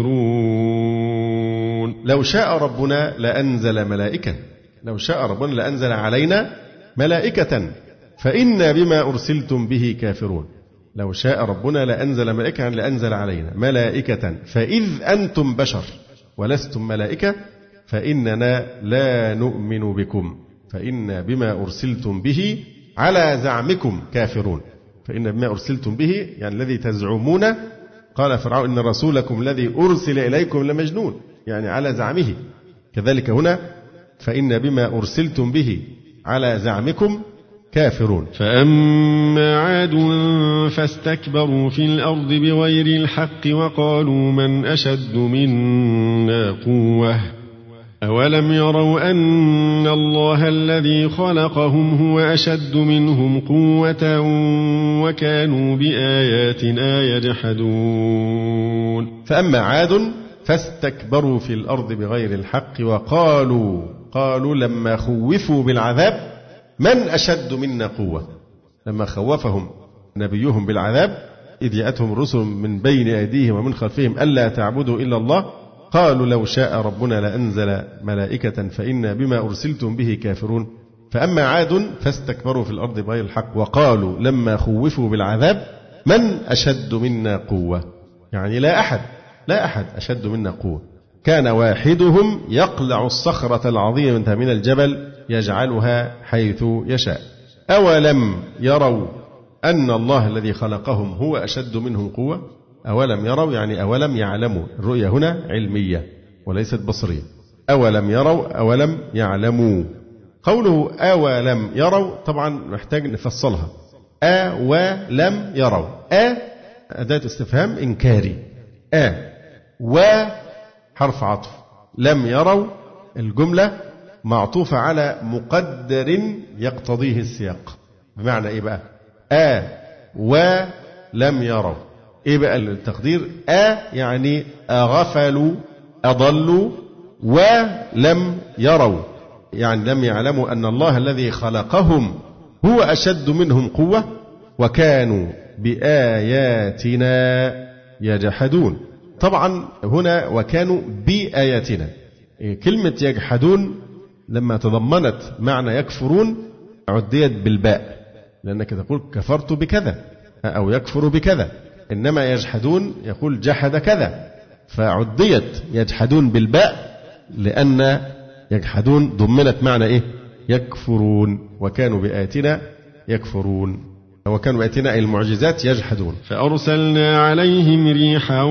كافرون. لو شاء ربنا لأنزل ملائكة، لو شاء ربنا لأنزل علينا ملائكة فإنا بما أرسلتم به كافرون. لو شاء ربنا لأنزل ملائكة، يعني لأنزل علينا ملائكة، فإذ أنتم بشر ولستم ملائكة فإننا لا نؤمن بكم، فإنا بما أرسلتم به على زعمكم كافرون. فإن بما أرسلتم به يعني الذي تزعمون، قال فرعون إن رسولكم الذي أرسل إليكم لمجنون، يعني على زعمه. كذلك هنا فإن بما أرسلتم به على زعمكم كافرون. فأما عاد فاستكبروا في الأرض بغير الحق وقالوا من أشد منا قوة أولم يروا أن الله الذي خلقهم هو أشد منهم قوة وكانوا بآياتنا يجحدون. فأما عاد فاستكبروا في الأرض بغير الحق قالوا لما خوفوا بالعذاب من أشد منا قوة، لما خوفهم نبيهم بالعذاب إذ جاءتهم الرسل من بين أيديهم ومن خلفهم ألا تعبدوا إلا الله، قالوا لو شاء ربنا لأنزل ملائكة فإنا بما أرسلتم به كافرون. فأما عاد فاستكبروا في الأرض بغير الحق وقالوا لما خوفوا بالعذاب من أشد منا قوة، يعني لا أحد أشد منا قوة. كان واحدهم يقلع الصخرة العظيمة من الجبل يجعلها حيث يشاء. أولم يروا أن الله الذي خلقهم هو أشد منهم قوة. أولم يروا يعني أولم يعلموا، الرؤية هنا علمية وليست بصرية. أولم يروا أولم يعلموا. قوله أولم يروا طبعا محتاج نفصلها. ولم يروا، أداة استفهام إنكاري، وحرف عطف، لم يروا الجملة معطوفة على مقدر يقتضيه السياق. بمعنى إيه بقى؟ ولم يروا، إيه بقى التقدير؟ يعني أغفلوا أضلوا ولم يروا، يعني لم يعلموا أن الله الذي خلقهم هو أشد منهم قوة وكانوا بآياتنا يجحدون. طبعا هنا وكانوا بآياتنا، كلمة يجحدون لما تضمنت معنى يكفرون عديت بالباء، لأنك تقول كفرت بكذا أو يكفر بكذا، إنما يجحدون يقول جحد كذا، فعديت يجحدون بالباء لأن يجحدون ضمنت معنى إيه؟ يكفرون، وكانوا بآياتنا يكفرون، وكانوا بآياتنا أي المعجزات يجحدون. فأرسلنا عليهم ريحا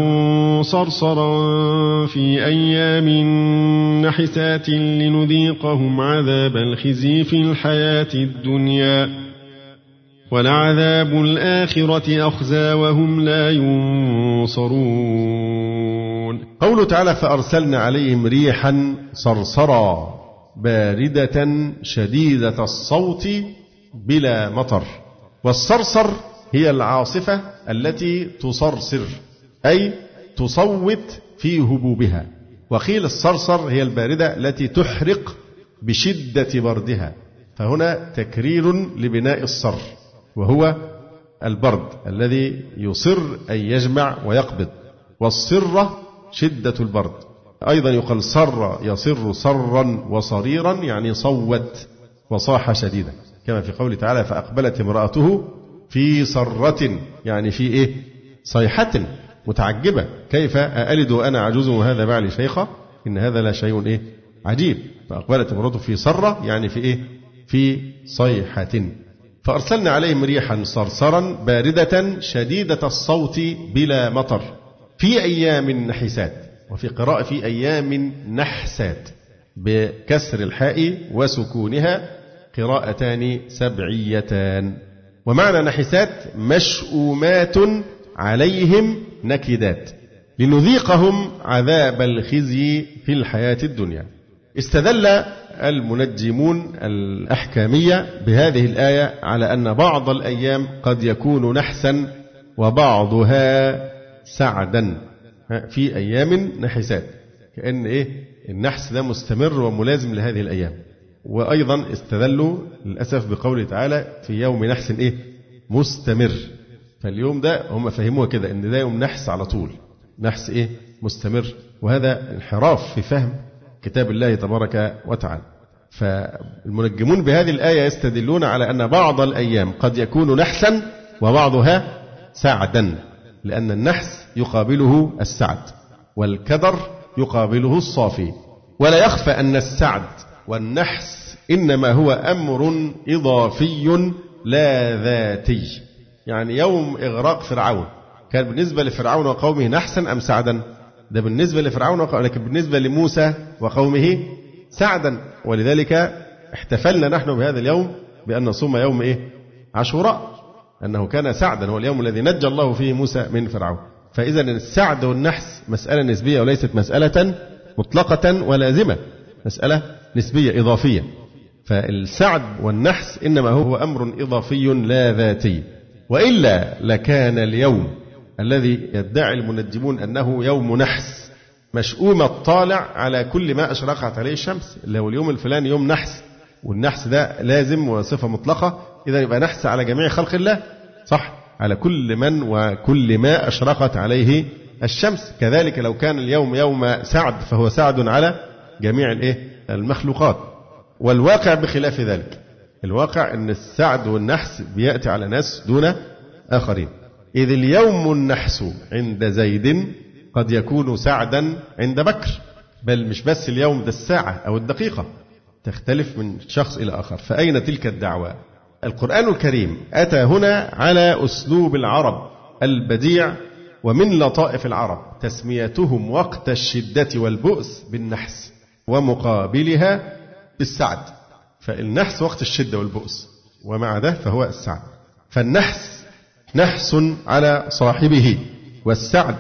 صرصرا في أيام نحسات لنذيقهم عذاب الخزي في الحياة الدنيا ولعذاب الآخرة أخزى وهم لا ينصرون. قوله تعالى فأرسلنا عليهم ريحا صرصرا باردة شديدة الصوت بلا مطر. والصرصر هي العاصفة التي تصرصر أي تصوت في هبوبها، وقيل الصرصر هي الباردة التي تحرق بشدة بردها، فهنا تكرير لبناء الصر وهو البرد الذي يصر أي يجمع ويقبض، والصرة شدة البرد. أيضا يقال صر يصر صرا وصريرا يعني صوت وصاح شديدا، كما في قوله تعالى فأقبلت امرأته في صرة يعني في إيه؟ صيحة متعجبة، كيف أألد وأنا عجوز وهذا بعلي شيخة إن هذا لا شيء إيه؟ عجيب. فأقبلت امرأته في صرة يعني في إيه؟ في صيحة. فأرسلنا عليهم ريحا صرصرا باردة شديدة الصوت بلا مطر في أيام نحسات، وفي قراءة في أيام نحسات بكسر الحاء وسكونها، قراءتان سبعيتان. ومعنى نحسات مشؤومات عليهم نكدات لنذيقهم عذاب الخزي في الحياة الدنيا. استدل المنجمون الأحكامية بهذه الآية على أن بعض الأيام قد يكون نحسا وبعضها سعدا في أيام نحسات، كأن إيه النحس ده مستمر وملازم لهذه الأيام. وأيضا استدلوا للأسف بقوله تعالى في يوم نحس إيه مستمر، فاليوم ده هم فهموها كده إن ده يوم نحس على طول، نحس إيه مستمر، وهذا انحراف في فهم كتاب الله تبارك وتعالى. فالمنجمون بهذه الآية يستدلون على أن بعض الأيام قد يكون نحسا وبعضها سعدا، لأن النحس يقابله السعد والكدر يقابله الصافي. ولا يخفى أن السعد والنحس إنما هو أمر إضافي لا ذاتي. يعني يوم إغراق فرعون كان بالنسبة لفرعون وقومه نحسا أم سعدا؟ ده بالنسبة لفرعون وقومه، لكن بالنسبة لموسى وقومه سعدا. ولذلك احتفلنا نحن بهذا اليوم بأن نصوم يوم إيه؟ عاشوراء، أنه كان سعدا، هو اليوم الذي نجى الله فيه موسى من فرعون. فإذا السعد والنحس مسألة نسبية وليست مسألة مطلقة ولازمة، مسألة نسبية إضافية. فالسعد والنحس إنما هو أمر إضافي لا ذاتي، وإلا لكان اليوم الذي يدعي المنجمون أنه يوم نحس مشؤوم الطالع على كل ما أشرقت عليه الشمس، اللي هو اليوم الفلاني يوم نحس، والنحس ده لازم وصفة مطلقة، إذا يبقى نحس على جميع خلق الله، صح، على كل من وكل ما أشرقت عليه الشمس. كذلك لو كان اليوم يوم سعد فهو سعد على جميع المخلوقات. والواقع بخلاف ذلك، الواقع أن السعد والنحس بيأتي على ناس دون آخرين. إذ اليوم النحس عند زيد قد يكون سعدا عند بكر، بل مش بس اليوم ده الساعة أو الدقيقة، تختلف من شخص إلى آخر. فأين تلك الدعوة؟ القرآن الكريم أتى هنا على أسلوب العرب البديع، ومن لطائف العرب تسميتهم وقت الشدة والبؤس بالنحس ومقابلها بالسعد. فالنحس وقت الشدة والبؤس، ومع ده فهو السعد. فالنحس نحس على صاحبه، والسعد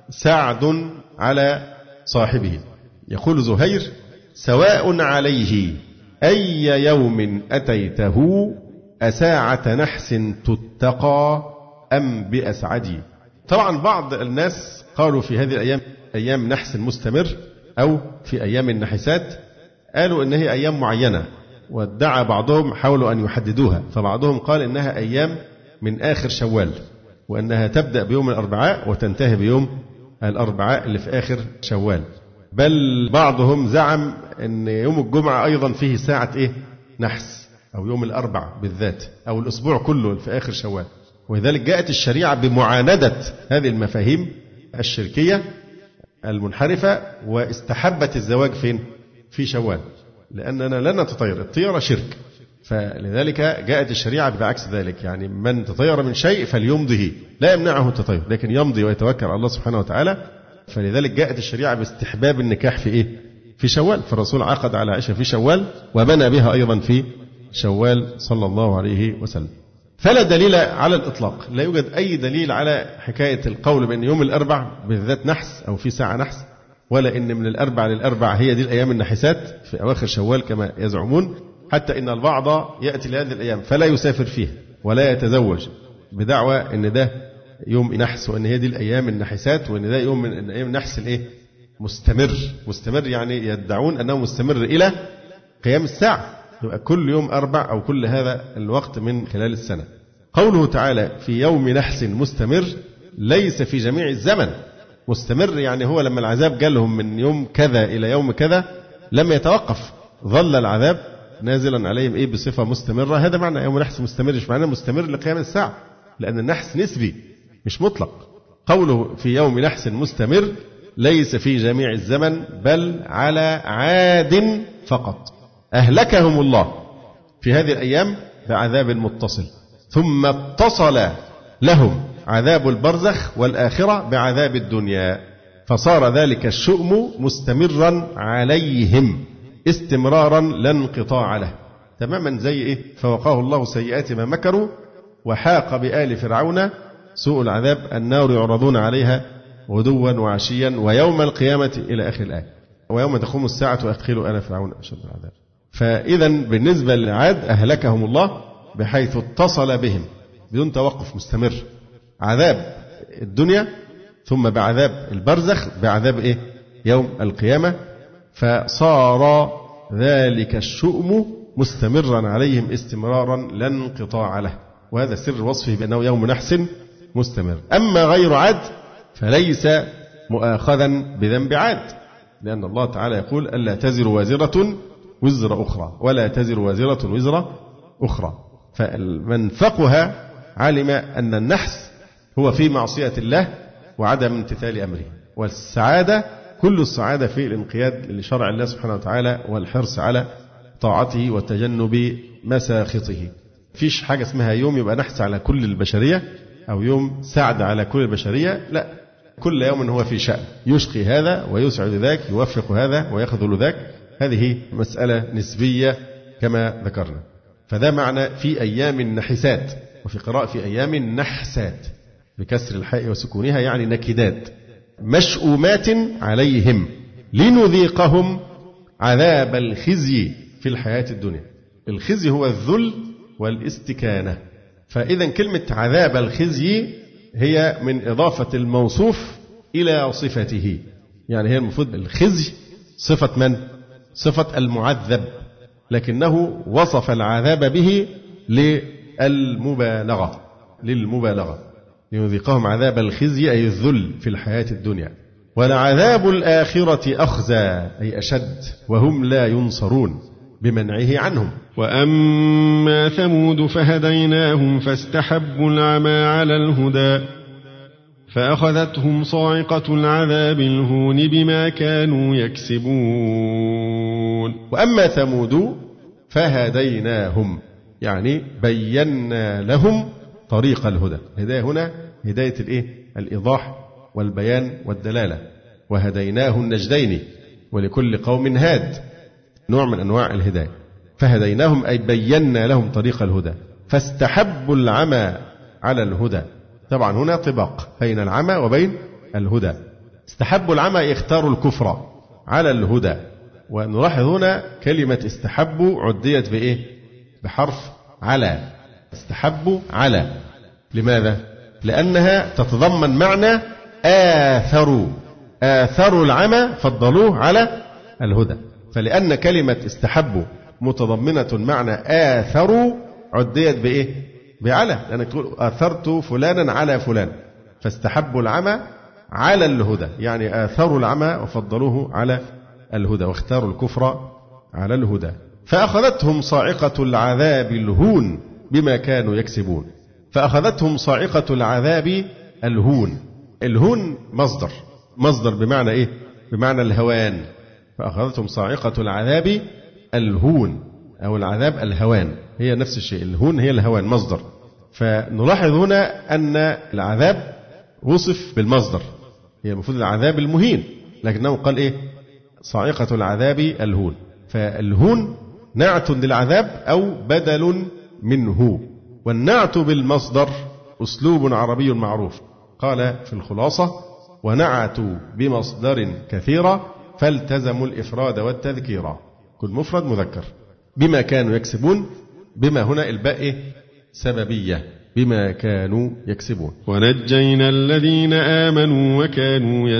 سعد على صاحبه. يقول زهير سواء عليه أي يوم أتيته أساعة نحس تتقى أم بأسعدي. طبعا بعض الناس قالوا في هذه الأيام أيام نحس مستمر أو في أيام النحسات، قالوا إن هي أيام معينة، وادعى بعضهم حاولوا أن يحددوها، فبعضهم قال إنها أيام من آخر شوال، وأنها تبدأ بيوم الأربعاء وتنتهي بيوم الأربعاء اللي في آخر شوال. بل بعضهم زعم أن يوم الجمعة أيضا فيه ساعة نحس، أو يوم الأربع بالذات، أو الأسبوع كله في آخر شوال. ولذلك جاءت الشريعة بمعاندة هذه المفاهيم الشركية المنحرفة، واستحبت الزواج فين؟ في شوال، لأننا لن نتطير، الطيرة شرك. فلذلك جاءت الشريعة بعكس ذلك، يعني من تطير من شيء فليمضه، لا يمنعه التطير، لكن يمضي ويتوكل على الله سبحانه وتعالى. فلذلك جاءت الشريعة باستحباب النكاح في في شوال، فالرسول عقد على عائشة في شوال، وبنى بها أيضا في شوال صلى الله عليه وسلم. فلا دليل على الإطلاق، لا يوجد أي دليل على حكاية القول بأن يوم الأربع بالذات نحس أو في ساعة نحس، ولا إن من الأربع للأربع هي دي الأيام النحسات في أواخر شوال كما يزعمون. حتى إن البعض يأتي لهذه الأيام فلا يسافر فيها ولا يتزوج، بدعوى إن ده يوم نحس، وإن هي دي الأيام النحسات، وإن ده يوم من أيام النحس مستمر، يعني يدعون أنه مستمر إلى قيام الساعة، يبقى كل يوم أربع أو كل هذا الوقت من خلال السنة. قوله تعالى في يوم نحس مستمر، ليس في جميع الزمن مستمر، يعني هو لما العذاب جالهم من يوم كذا إلى يوم كذا لم يتوقف، ظل العذاب نازلا عليهم بصفة مستمرة. هذا معنى يوم نحس مستمر، مش معناه مستمر لقيام الساعة، لأن النحس نسبي مش مطلق. قوله في يوم نحس مستمر ليس في جميع الزمن بل على عاد فقط، أهلكهم الله في هذه الأيام بعذاب متصل، ثم اتصل لهم عذاب البرزخ والآخرة بعذاب الدنيا، فصار ذلك الشؤم مستمرا عليهم استمرارا لا انقطاع له، تماما زي فوقاه الله سيئات ما مكروا وحاق بآل فرعون سوء العذاب، النار يعرضون عليها غدوا وعشيا ويوم القيامة إلى آخر الآية، ويوم تقوم الساعة وأدخلوا آل فرعون أشد العذاب. فإذا بالنسبة لعاد أهلكهم الله بحيث اتصل بهم بدون توقف مستمر، عذاب الدنيا ثم بعذاب البرزخ بعذاب يوم القيامة، فصار ذلك الشؤم مستمرا عليهم استمرارا لا انقطاع له، وهذا سر وصفه بأنه يوم نحس مستمر. أما غير عاد فليس مؤاخذا بذنب عاد، لأن الله تعالى يقول ألا تزر وازرة وزر أخرى، ولا تزر وازرة وزر أخرى. فمن فقه علم أن النحس هو في معصية الله وعدم امتثال أمره، والسعادة كل السعادة في الانقياد لشرع الله سبحانه وتعالى والحرص على طاعته وتجنب مساخطه. فيش حاجة اسمها يوم يبقى نحس على كل البشرية أو يوم سعد على كل البشرية، لا، كل يوم هو في شأن، يشقي هذا ويسعد ذاك، يوفق هذا ويخذل ذاك، هذه مسألة نسبية كما ذكرنا. فده معنى في أيام النحسات، وفي قراءة في أيام النحسات بكسر الحاء وسكونها، يعني نكدات مشؤومات عليهم لنذيقهم عذاب الخزي في الحياة الدنيا. الخزي هو الذل والاستكانة، فإذا كلمة عذاب الخزي هي من إضافة الموصوف إلى صفته، يعني هي المفروض الخزي صفة من؟ صفة المعذب، لكنه وصف العذاب به للمبالغة ليذيقهم عذاب الخزي أي الذل في الحياة الدنيا. ولعذاب الآخرة أخزى أي أشد وهم لا ينصرون بمنعه عنهم. وأما ثمود فهديناهم فاستحبوا العمى على الهدى فأخذتهم صاعقة العذاب الهون بما كانوا يكسبون. وأما ثمود فهديناهم يعني بينا لهم طريق الهدى. الهداية هنا هداية الإيضاح والبيان والدلالة، وهديناه النجدين ولكل قوم هاد، نوع من أنواع الهداية. فهديناهم أي بينا لهم طريق الهدى، فاستحبوا العمى على الهدى. طبعا هنا طباق بين العمى وبين الهدى. استحبوا العمى اختاروا الكفر على الهدى، ونلاحظ هنا كلمة استحبوا عديت بحرف على. استحبوا على، لماذا؟ لأنها تتضمن معنى آثروا، آثروا العمى فضلوه على الهدى. فلأن كلمة استحبوا متضمنة معنى آثروا عديت بإيه؟ بعلى، لأنك تقول آثرت فلانا على فلان، فاستحبوا العمى على الهدى، يعني آثروا العمى وفضلوه على الهدى واختاروا الكفر على الهدى. فأخذتهم صاعقة العذاب الهون بما كانوا يكسبون. فأخذتهم صاعقة العذاب الهون. الهون مصدر بمعنى إيه؟ بمعنى الهوان. فأخذتهم صاعقة العذاب الهون أو العذاب الهوان، هي نفس الشيء، الهون هي الهوان مصدر. فنلاحظ هنا أن العذاب وصف بالمصدر، هي المفروض العذاب المهين، لكنه قال إيه؟ صاعقة العذاب الهون. فالهون نعت للعذاب أو بدل منه، والنعت بالمصدر أسلوب عربي معروف. قال في الخلاصة: ونعتوا بمصدر كثيرا فالتزموا الإفراد والتذكيرا. كل مفرد مذكر. بما كانوا يكسبون، بما هنا الباء سببية، بما كانوا يكسبون. ونجينا الذين آمنوا وكانوا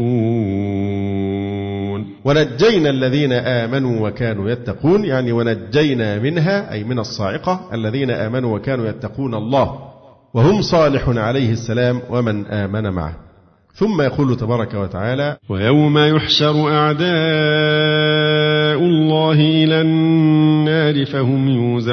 يتقون. ونجينا الذين آمنوا وكانوا يتقون، يعني ونجينا منها أي من الصاعقة الذين آمنوا وكانوا يتقون الله، وهم صالح عليه السلام ومن آمن معه. ثم يقول تبارك وتعالى: ويوم يحشر أعداء الله إلى النار فهم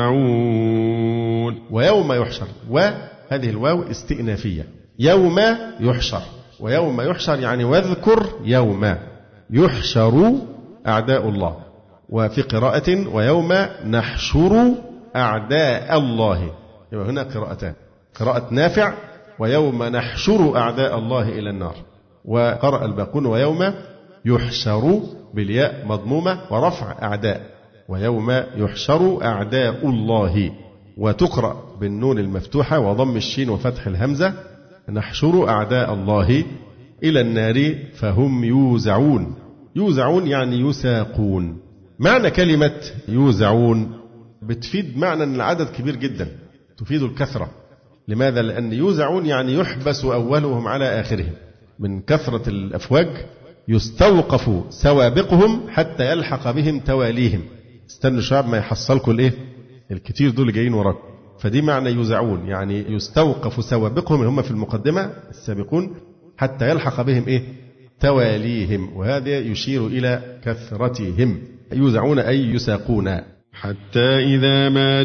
يوزعون. ويوم يحشر، وهذه الواو استئنافية. يوم يحشر، ويوم يحشر يعني واذكر يوم يحشر أعداء الله. وفي قراءة ويوم نحشر أعداء الله، يبقى هنا قراءتان، قراءة نافع ويوم نحشر أعداء الله إلى النار، وقرأ الباقون ويوم يحشر بالياء مضمومة ورفع أعداء، ويوم يحشر أعداء الله، وتقرأ بالنون المفتوحة وضم الشين وفتح الهمزة، نحشر أعداء الله إلى النار فهم يوزعون. يوزعون يعني يساقون. معنى كلمة يوزعون بتفيد معنى أن العدد كبير جدا، تفيد الكثرة. لماذا؟ لأن يوزعون يعني يحبس أولهم على آخرهم، من كثرة الأفواج يستوقف سوابقهم حتى يلحق بهم تواليهم. استنوا شعب ما يحصلكوا الإيه؟ الكتير دول جايين وراكم. فدي معنى يوزعون، يعني يستوقف سوابقهم اللي هم في المقدمة السابقون حتى يلحق بهم إيه؟ تواليهم، وهذا يشير إلى كثرتهم. يوزعون أي يساقون. حتى إذا ما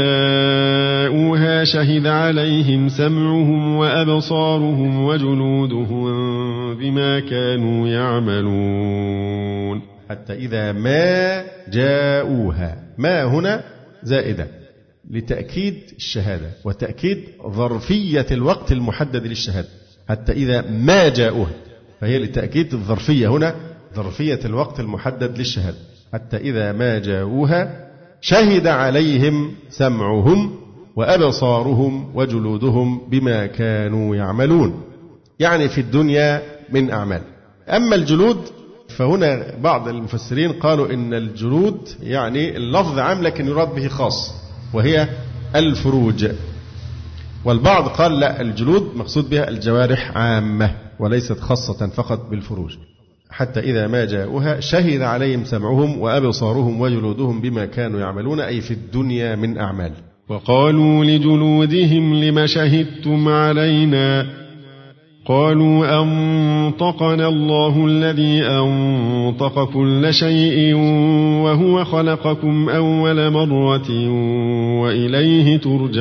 جاءوها شهد عليهم سمعهم وأبصارهم وجلودهم بما كانوا يعملون. حتى إذا ما جاءوها، ما هنا زائدة لتأكيد الشهادة وتأكيد ظرفية الوقت المحدد للشهادة. حتى إذا ما جاءوها، فهي لتأكيد الظرفية هنا، ظرفية الوقت المحدد للشهادة. حتى إذا ما جاءوها شهد عليهم سمعهم وأبصارهم وجلودهم بما كانوا يعملون، يعني في الدنيا من أعمال. أما الجلود فهنا بعض المفسرين قالوا إن الجلود يعني اللفظ عام لكن يراد به خاص، وهي الفروج. والبعض قال لا، الجلود مقصود بها الجوارح عامة وليست خاصة فقط بالفروج. حتى إذا ما جاءوها شهد عليهم سمعهم وأبصارهم وجلودهم بما كانوا يعملون، أي في الدنيا من أعمال. وقالوا لجلودهم لم شهدتم علينا قالوا أنطقنا الله الذي أنطق كل شيء وهو خلقكم أول مرة وإليه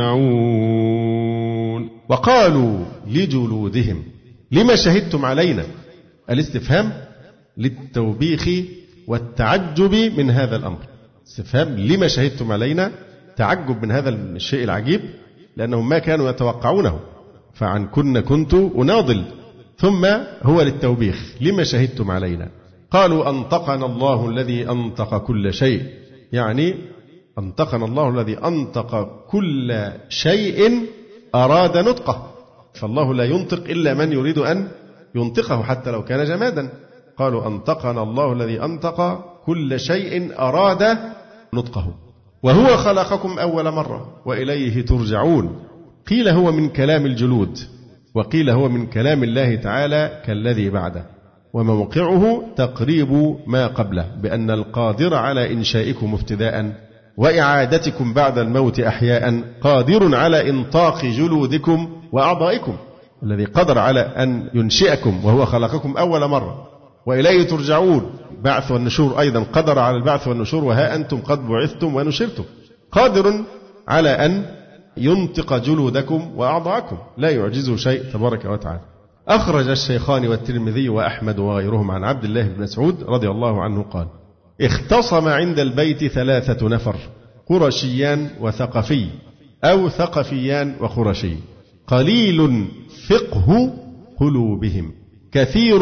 ترجعون. وقالوا لجلودهم لما شهدتم علينا، الاستفهام للتوبيخ والتعجب من هذا الأمر. استفهام لما شهدتم علينا، تعجب من هذا الشيء العجيب، لأنهم ما كانوا يتوقعونه، فعن كنت أناضل، ثم هو للتوبيخ لما شهدتم علينا. قالوا أنطقنا الله الذي أنطق كل شيء، يعني أنطقنا الله الذي أنطق كل شيء أراد نطقه، فالله لا ينطق إلا من يريد أن ينطقه حتى لو كان جمادا. قالوا أنطقنا الله الذي أنطق كل شيء أراد نطقه، وهو خلقكم أول مرة وإليه ترجعون. قيل هو من كلام الجلود، وقيل هو من كلام الله تعالى كالذي بعده. وموقعه تقريب ما قبله، بأن القادر على إنشائكم ابتداء وإعادتكم بعد الموت أحياء قادر على إنطاق جلودكم وأعضائكم، الذي قدر على أن ينشئكم وهو خلقكم أول مرة وإليه ترجعون. بعث والنشور أيضا قدر على البعث والنشور، وها أنتم قد بعثتم ونشرتم. قادر على أن ينطق جلودكم وأعضاءكم، لا يعجزه شيء تبارك وتعالى. أخرج الشيخان والترمذي وأحمد وغيرهم عن عبد الله بن مسعود رضي الله عنه قال: اختصم عند البيت 3 نفر، قرشيان وثقفي، أو ثقفيان وقرشي، قليل فقه قلوبهم، كثير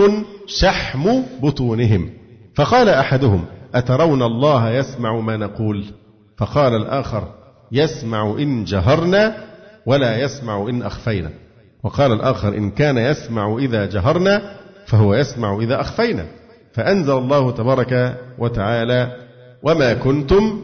شحم بطونهم. فقال أحدهم: أترون الله يسمع ما نقول؟ فقال الآخر: يسمع إن جهرنا ولا يسمع إن أخفينا. وقال الآخر: إن كان يسمع إذا جهرنا فهو يسمع إذا أخفينا. فأنزل الله تبارك وتعالى: وما كنتم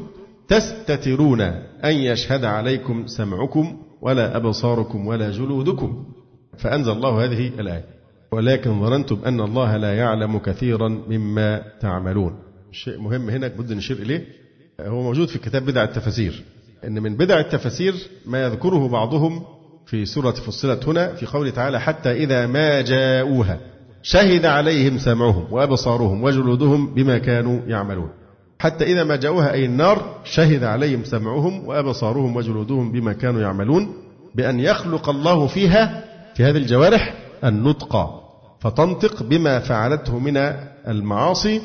تستترون أن يشهد عليكم سمعكم ولا أبصاركم ولا جلودكم. فأنزل الله هذه الآية: ولكن ظننتم أن الله لا يعلم كثيرا مما تعملون. شيء مهم هنا بد نشير إليه، هو موجود في كتاب بدع التفاسير، إن من بدع التفاسير ما يذكره بعضهم في سورة فصلت هنا في قوله تعالى: حتى إذا ما جاءوها شهد عليهم سمعهم وأبصارهم وجلودهم بما كانوا يعملون. حتى إذا ما جاءوها أي النار شهد عليهم سمعهم وأبصارهم وجلودهم بما كانوا يعملون، بأن يخلق الله فيها في هذه الجوارح النطق، فتنطق بما فعلته من المعاصي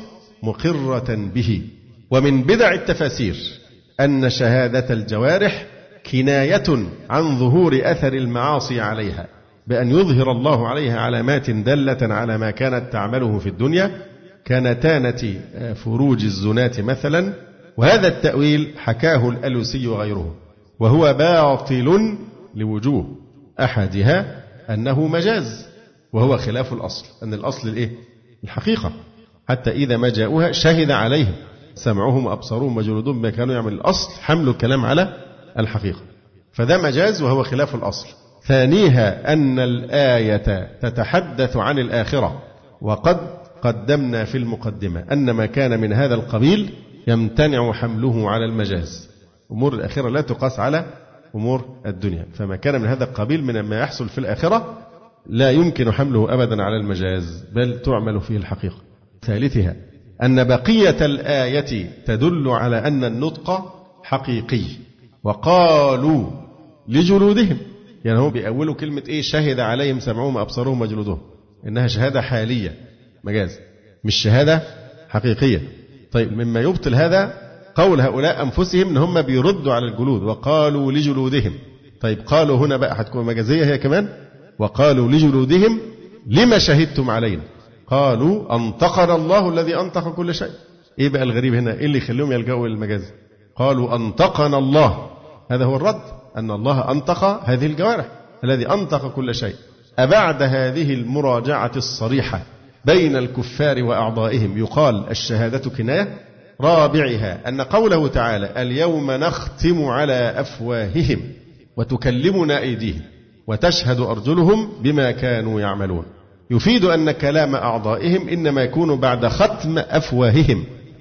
مقرة به. ومن بدع التفاسير أن شهادة الجوارح كناية عن ظهور أثر المعاصي عليها، بأن يظهر الله عليها علامات دالة على ما كانت تعمله في الدنيا، كنتانة فروج الزنات مثلا. وهذا التأويل حكاه الألوسي وغيره، وهو باطل لوجوه. أحدها أنه مجاز، وهو خلاف الأصل، أن الأصل الإيه؟ الحقيقة. حتى إذا ما جاءوها شهد عليهم سمعهم وأبصارهم وجلودهم بما كانوا يعمل. الأصل حمل الكلام على الحقيقة، فده مجاز وهو خلاف الأصل. ثانيها أن الآية تتحدث عن الآخرة، وقد قدمنا في المقدمة أن ما كان من هذا القبيل يمتنع حمله على المجاز. أمور الآخرة لا تقاس على أمور الدنيا، فما كان من هذا القبيل من ما يحصل في الآخرة لا يمكن حمله أبدا على المجاز، بل تعمل فيه الحقيقة. ثالثها أن بقية الآية تدل على أن النطق حقيقي. وقالوا لجلودهم، يعني هم بيأولوا كلمة إيه؟ شهد عليهم سمعهم وأبصارهم وجلودهم، إنها شهادة حالية مجاز، مش شهادة حقيقية. طيب، مما يبطل هذا قول هؤلاء أنفسهم إن هم بيردوا على الجلود، وقالوا لجلودهم. طيب، قالوا هنا بقى هتكون مجازية هي كمان. وقالوا لجلودهم لما شهدتم علينا؟ قالوا أنطقنا الله الذي أنطق كل شيء. إيه بقى الغريب هنا؟ إيه اللي يخليهم يلجأوا للمجاز؟ قالوا أنطقنا الله، هذا هو الرد، أن الله أنطق هذه الجوارح، الذي أنطق كل شيء. أبعد هذه المراجعة الصريحة بين الكفار وأعضائهم يقال الشهادة كناية؟ رابعها أن قوله تعالى: اليوم نختم على أفواههم وتكلمنا أيديهم وتشهد أرجلهم بما كانوا يعملون، يفيد أن كلام أعضائهم إنما يكون بعد ختم أفواههم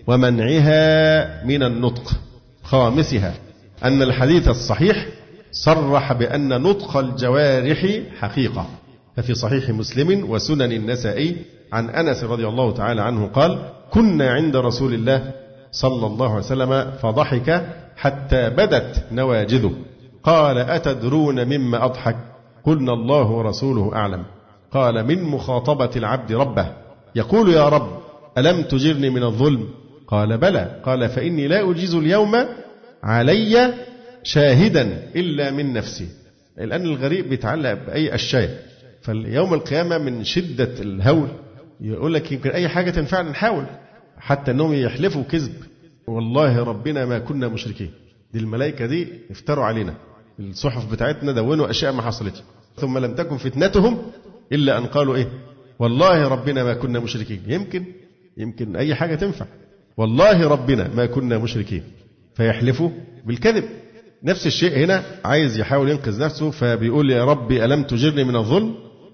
ومنعها من النطق. خامسها أن الحديث الصحيح صرح بأن نطق الجوارح حقيقة، ففي صحيح مسلم وسنن النسائي عن أنس رضي الله تعالى عنه قال: كنا عند رسول الله صلى الله عليه وسلم فضحك حتى بدت نواجذه، قال: أتدرون مما أضحك؟ قلنا: الله ورسوله أعلم. قال: من مخاطبة العبد ربه يقول: يا رب ألم تجرني من الظلم؟ قال: بلى. قال: فإني لا أجيز اليوم علي شاهدا إلا من نفسي. الآن الغريب بيتعلق بأي أشياء، فاليوم القيامة من شدة الهول يقول لك يمكن أي حاجة تنفعنا نحاول، حتى أنهم يحلفوا كذب: والله ربنا ما كنا مشركين. دي الملائكة دي افتروا علينا، الصحف بتاعتنا دونوا أشياء ما حصلتش، ثم لم تكن فتنتهم إلا أن قالوا إيه؟ والله ربنا ما كنا مشركين. يمكن أي حاجة تنفع، والله ربنا ما كنا مشركين، فيحلفوا بالكذب. نفس الشيء هنا، عايز يحاول ينقذ نفسه فبيقول: يا ربي ألم تجرني من الظلم؟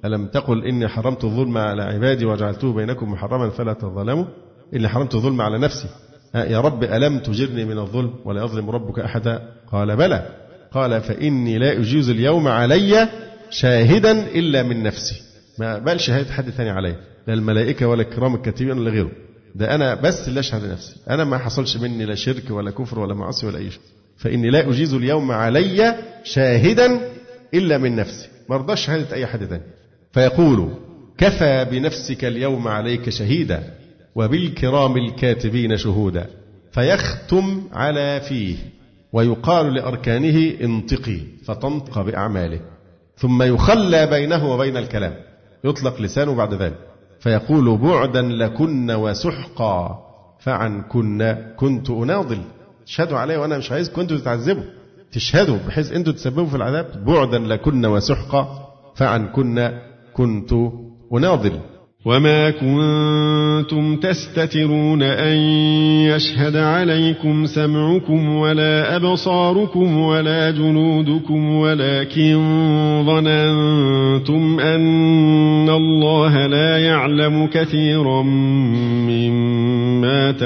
ألم تقل إني حرمت الظلم على عبادي وجعلته بينكم محرما فلا تظلموا، إني حرمت الظلم على نفسي. يا رب ألم تجرني من الظلم ولا يظلم ربك أحدا؟ قال بلى. قال فإني لا أجيز اليوم علي شاهدا إلا من نفسي. ما بل شهادة حد ثاني علي، لا الملائكة ولا الكرام الكاتبين ولا غيره، ده أنا بس اللي أشهد لنفسي، أنا ما حصلش مني لا شرك ولا كفر ولا معصية ولا أي شيء. فإني لا أجيز اليوم علي شاهدا إلا من نفسي، ما رضاش شهادة أي حد ثاني. فيقول كفى بنفسك اليوم عليك شهيدا وبالكرام الكاتبين شهودا، فيختم على فيه ويقال لأركانه انطقي فتنطق بأعماله، ثم يخلى بينه وبين الكلام، يطلق لسانه بعد ذلك، فيقول بعدا لكن وسحقا فعن كنت أناضل. تشهدوا علي وأنا مش عايز كنتوا تتعذبوا، تشهدوا بحيث أنتوا تسببوا في العذاب. بعدا لكن وسحقا فعن كنت أناضل. وما كنتم تستترون أن يشهد عليكم سمعكم ولا أبصاركم ولا جلودكم ولكن ظننتم أن الله لا يعلم كثيرا مما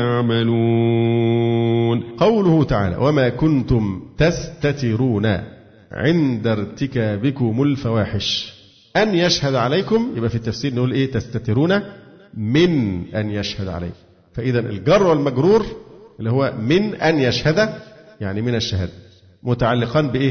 تعملون. قوله تعالى وما كنتم تستترون عند ارتكابكم الفواحش أن يشهد عليكم، يبقى في التفسير نقول إيه؟ تستترون من أن يشهد عليكم. فإذا الجر والمجرور اللي هو من أن يشهد يعني من الشهادة متعلقان بإيه؟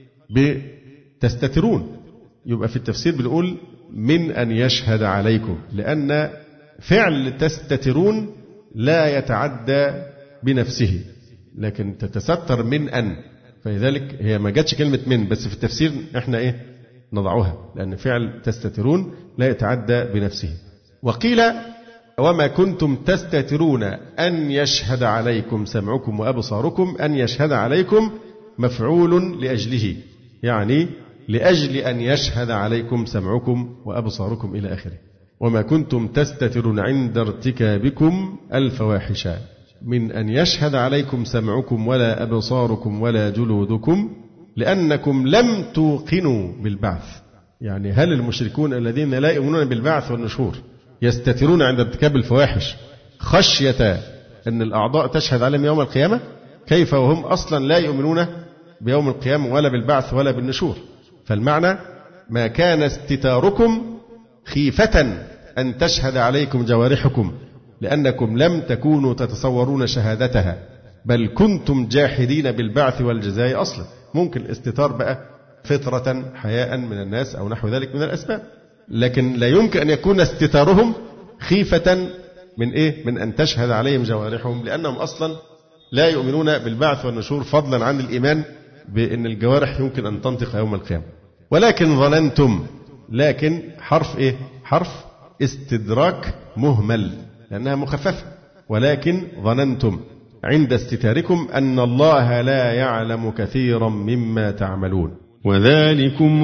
بتستترون. يبقى في التفسير بنقول من أن يشهد عليكم، لأن فعل تستترون لا يتعدى بنفسه لكن تتستر من أن، فلذلك هي ما جاتش كلمة من، بس في التفسير إحنا إيه؟ نضعها، لأن فعل تستترون لا يتعدى بنفسه. وقيل وما كنتم تستترون أن يشهد عليكم سمعكم وأبصاركم، أن يشهد عليكم مفعول لأجله، يعني لأجل أن يشهد عليكم سمعكم وأبصاركم إلى آخره. وما كنتم تستترون عند ارتكابكم الفواحش من أن يشهد عليكم سمعكم ولا أبصاركم ولا جلودكم لأنكم لم توقنوا بالبعث. يعني هل المشركون الذين لا يؤمنون بالبعث والنشور يستترون عند ارتكاب الفواحش خشية أن الأعضاء تشهد عليهم يوم القيامة؟ كيف وهم أصلا لا يؤمنون بيوم القيامة ولا بالبعث ولا بالنشور؟ فالمعنى ما كان استتاركم خيفة أن تشهد عليكم جوارحكم لأنكم لم تكونوا تتصورون شهادتها، بل كنتم جاحدين بالبعث والجزاء أصلا. ممكن الاستتار بقى فطرة حياء من الناس أو نحو ذلك من الأسباب، لكن لا يمكن أن يكون استتارهم خيفة من إيه؟ من أن تشهد عليهم جوارحهم، لأنهم أصلا لا يؤمنون بالبعث والنشور فضلا عن الإيمان بأن الجوارح يمكن أن تنطق يوم القيامة. ولكن ظننتم، لكن حرف إيه؟ حرف استدراك مهمل لأنها مخففة. ولكن ظننتم عند استتاركم أن الله لا يعلم كثيرا مما تعملون. وذلكم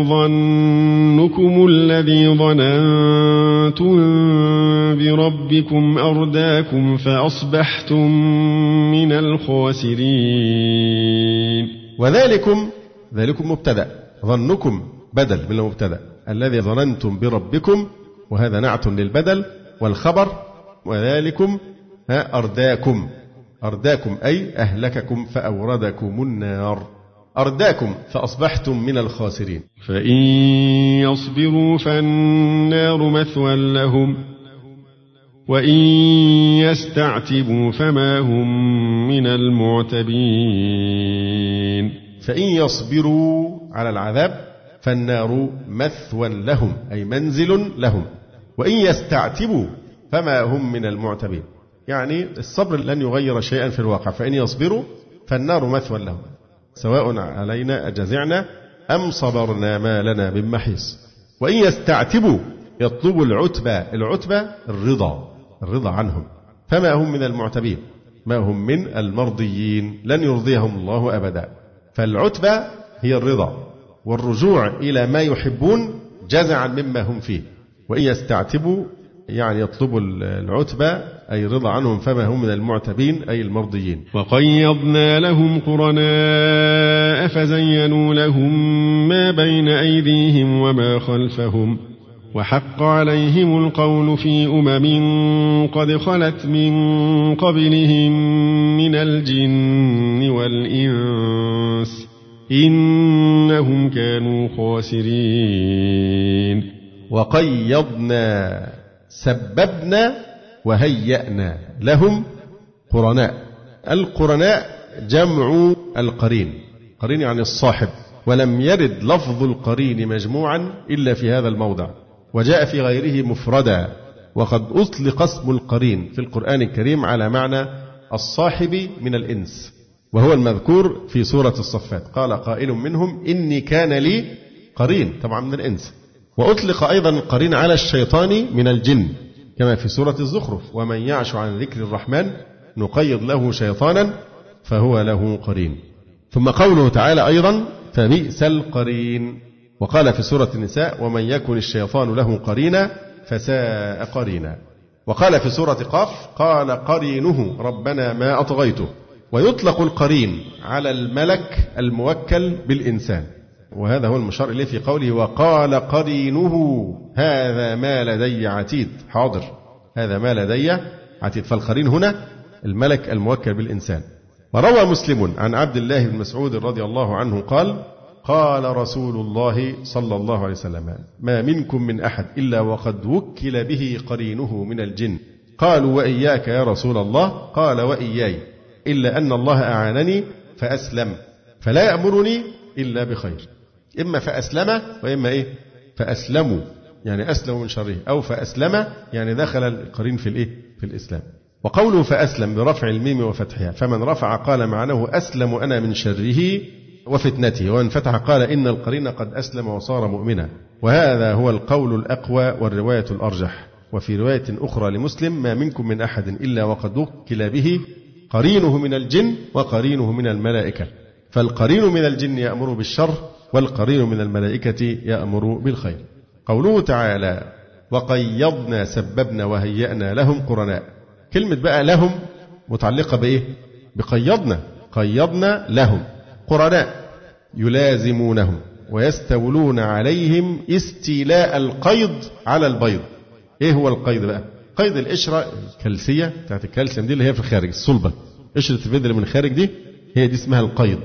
ظنكم الذي ظننتم بربكم أرداكم فأصبحتم من الخاسرين. وذلكم، ذلكم مبتدأ، ظنكم بدل من المبتدأ، الذي ظننتم بربكم، وهذا نعت للبدل، والخبر وذلكم أرداكم. أرداكم أي أهلككم فأوردكم النار. أرداكم فأصبحتم من الخاسرين. فإن يصبروا فالنار مثوى لهم وإن يستعتبوا فما هم من المعتبين. فإن يصبروا على العذاب فالنار مثوى لهم أي منزل لهم، وإن يستعتبوا فما هم من المعتبين، يعني الصبر لن يغير شيئا في الواقع. فإن يصبروا فالنار مثوى لهم سواء علينا أجزعنا أم صبرنا ما لنا من محيص. وإن يستعتبوا يطلبوا العتبة، العتبة الرضا عنهم، فما هم من المعتبين، ما هم من المرضيين، لن يرضيهم الله أبدا. فالعتبة هي الرضا والرجوع إلى ما يحبون جزعا مما هم فيه. وإن يستعتبوا يعني يطلبوا العتبة أي رضا عنهم، فما هم من المعتبين أي المرضيين. وقيضنا لهم قرناء فزينوا لهم ما بين أيديهم وما خلفهم وحق عليهم القول في قد خلت من قبلهم من الجن والإنس إنهم كانوا خاسرين. وقيضنا سببنا وهيأنا لهم قرناء. القرناء جمع القرين، قرين يعني الصاحب، ولم يرد لفظ القرين مجموعا إلا في هذا الموضع، وجاء في غيره مفردا. وقد أطلق اسم القرين في القرآن الكريم على معنى الصاحب من الإنس، وهو المذكور في سورة الصفات. قال قائل منهم إني كان لي قرين، طبعا من الإنس. وأطلق أيضا القرين على الشيطان من الجن كما في سورة الزخرف: ومن يعش عن ذكر الرحمن نقيض له شيطانا فهو له قرين. ثم قوله تعالى أيضا: فبئس القرين. وقال في سورة النساء: ومن يكن الشيطان له قرينا فساء قرينا. وقال في سورة قاف: قال قرينه ربنا ما أطغيته. ويطلق القرين على الملك الموكل بالإنسان، وهذا هو المشار إليه في قوله: وقال قرينه هذا ما لدي عتيد. حاضر، هذا ما لدي عتيد. فالقرين هنا الملك الموكل بالإنسان. وروى مسلم عن عبد الله بن مسعود رضي الله عنه قال: قال رسول الله صلى الله عليه وسلم: ما منكم من أحد إلا وقد وكل به قرينه من الجن. قالوا: وإياك يا رسول الله؟ قال: وإياي، إلا أن الله أعانني فأسلم، فلا يأمرني إلا بخير. إما فأسلم، وإما فأسلموا يعني أسلموا من شره، أو فأسلم يعني دخل القرين في الإسلام. وقوله فأسلم برفع الميم وفتحها، فمن رفع قال معناه أسلم أنا من شره وفتنته، ومن فتح قال إن القرين قد أسلم وصار مؤمنا. وهذا هو القول الأقوى والرواية الأرجح. وفي رواية أخرى لمسلم: ما منكم من أحد إلا وقد وكل به قرينه من الجن وقرينه من الملائكة. فالقرين من الجن يأمر بالشر، والقرين من الملائكة يأمر بالخير. قوله تعالى: وقيضنا سببنا وهيأنا لهم قرناء. كلمة بقى لهم متعلقة بإيه؟ بقيضنا. قيضنا لهم قرناء يلازمونهم ويستولون عليهم استيلاء القيض على البيض. إيه هو القيض بقى؟ قيض القشرة الكلسية بتاعت الكالسيوم دي اللي هي في الخارج، الصلبة، قشرة البيض اللي من الخارج دي هي دي اسمها القيض.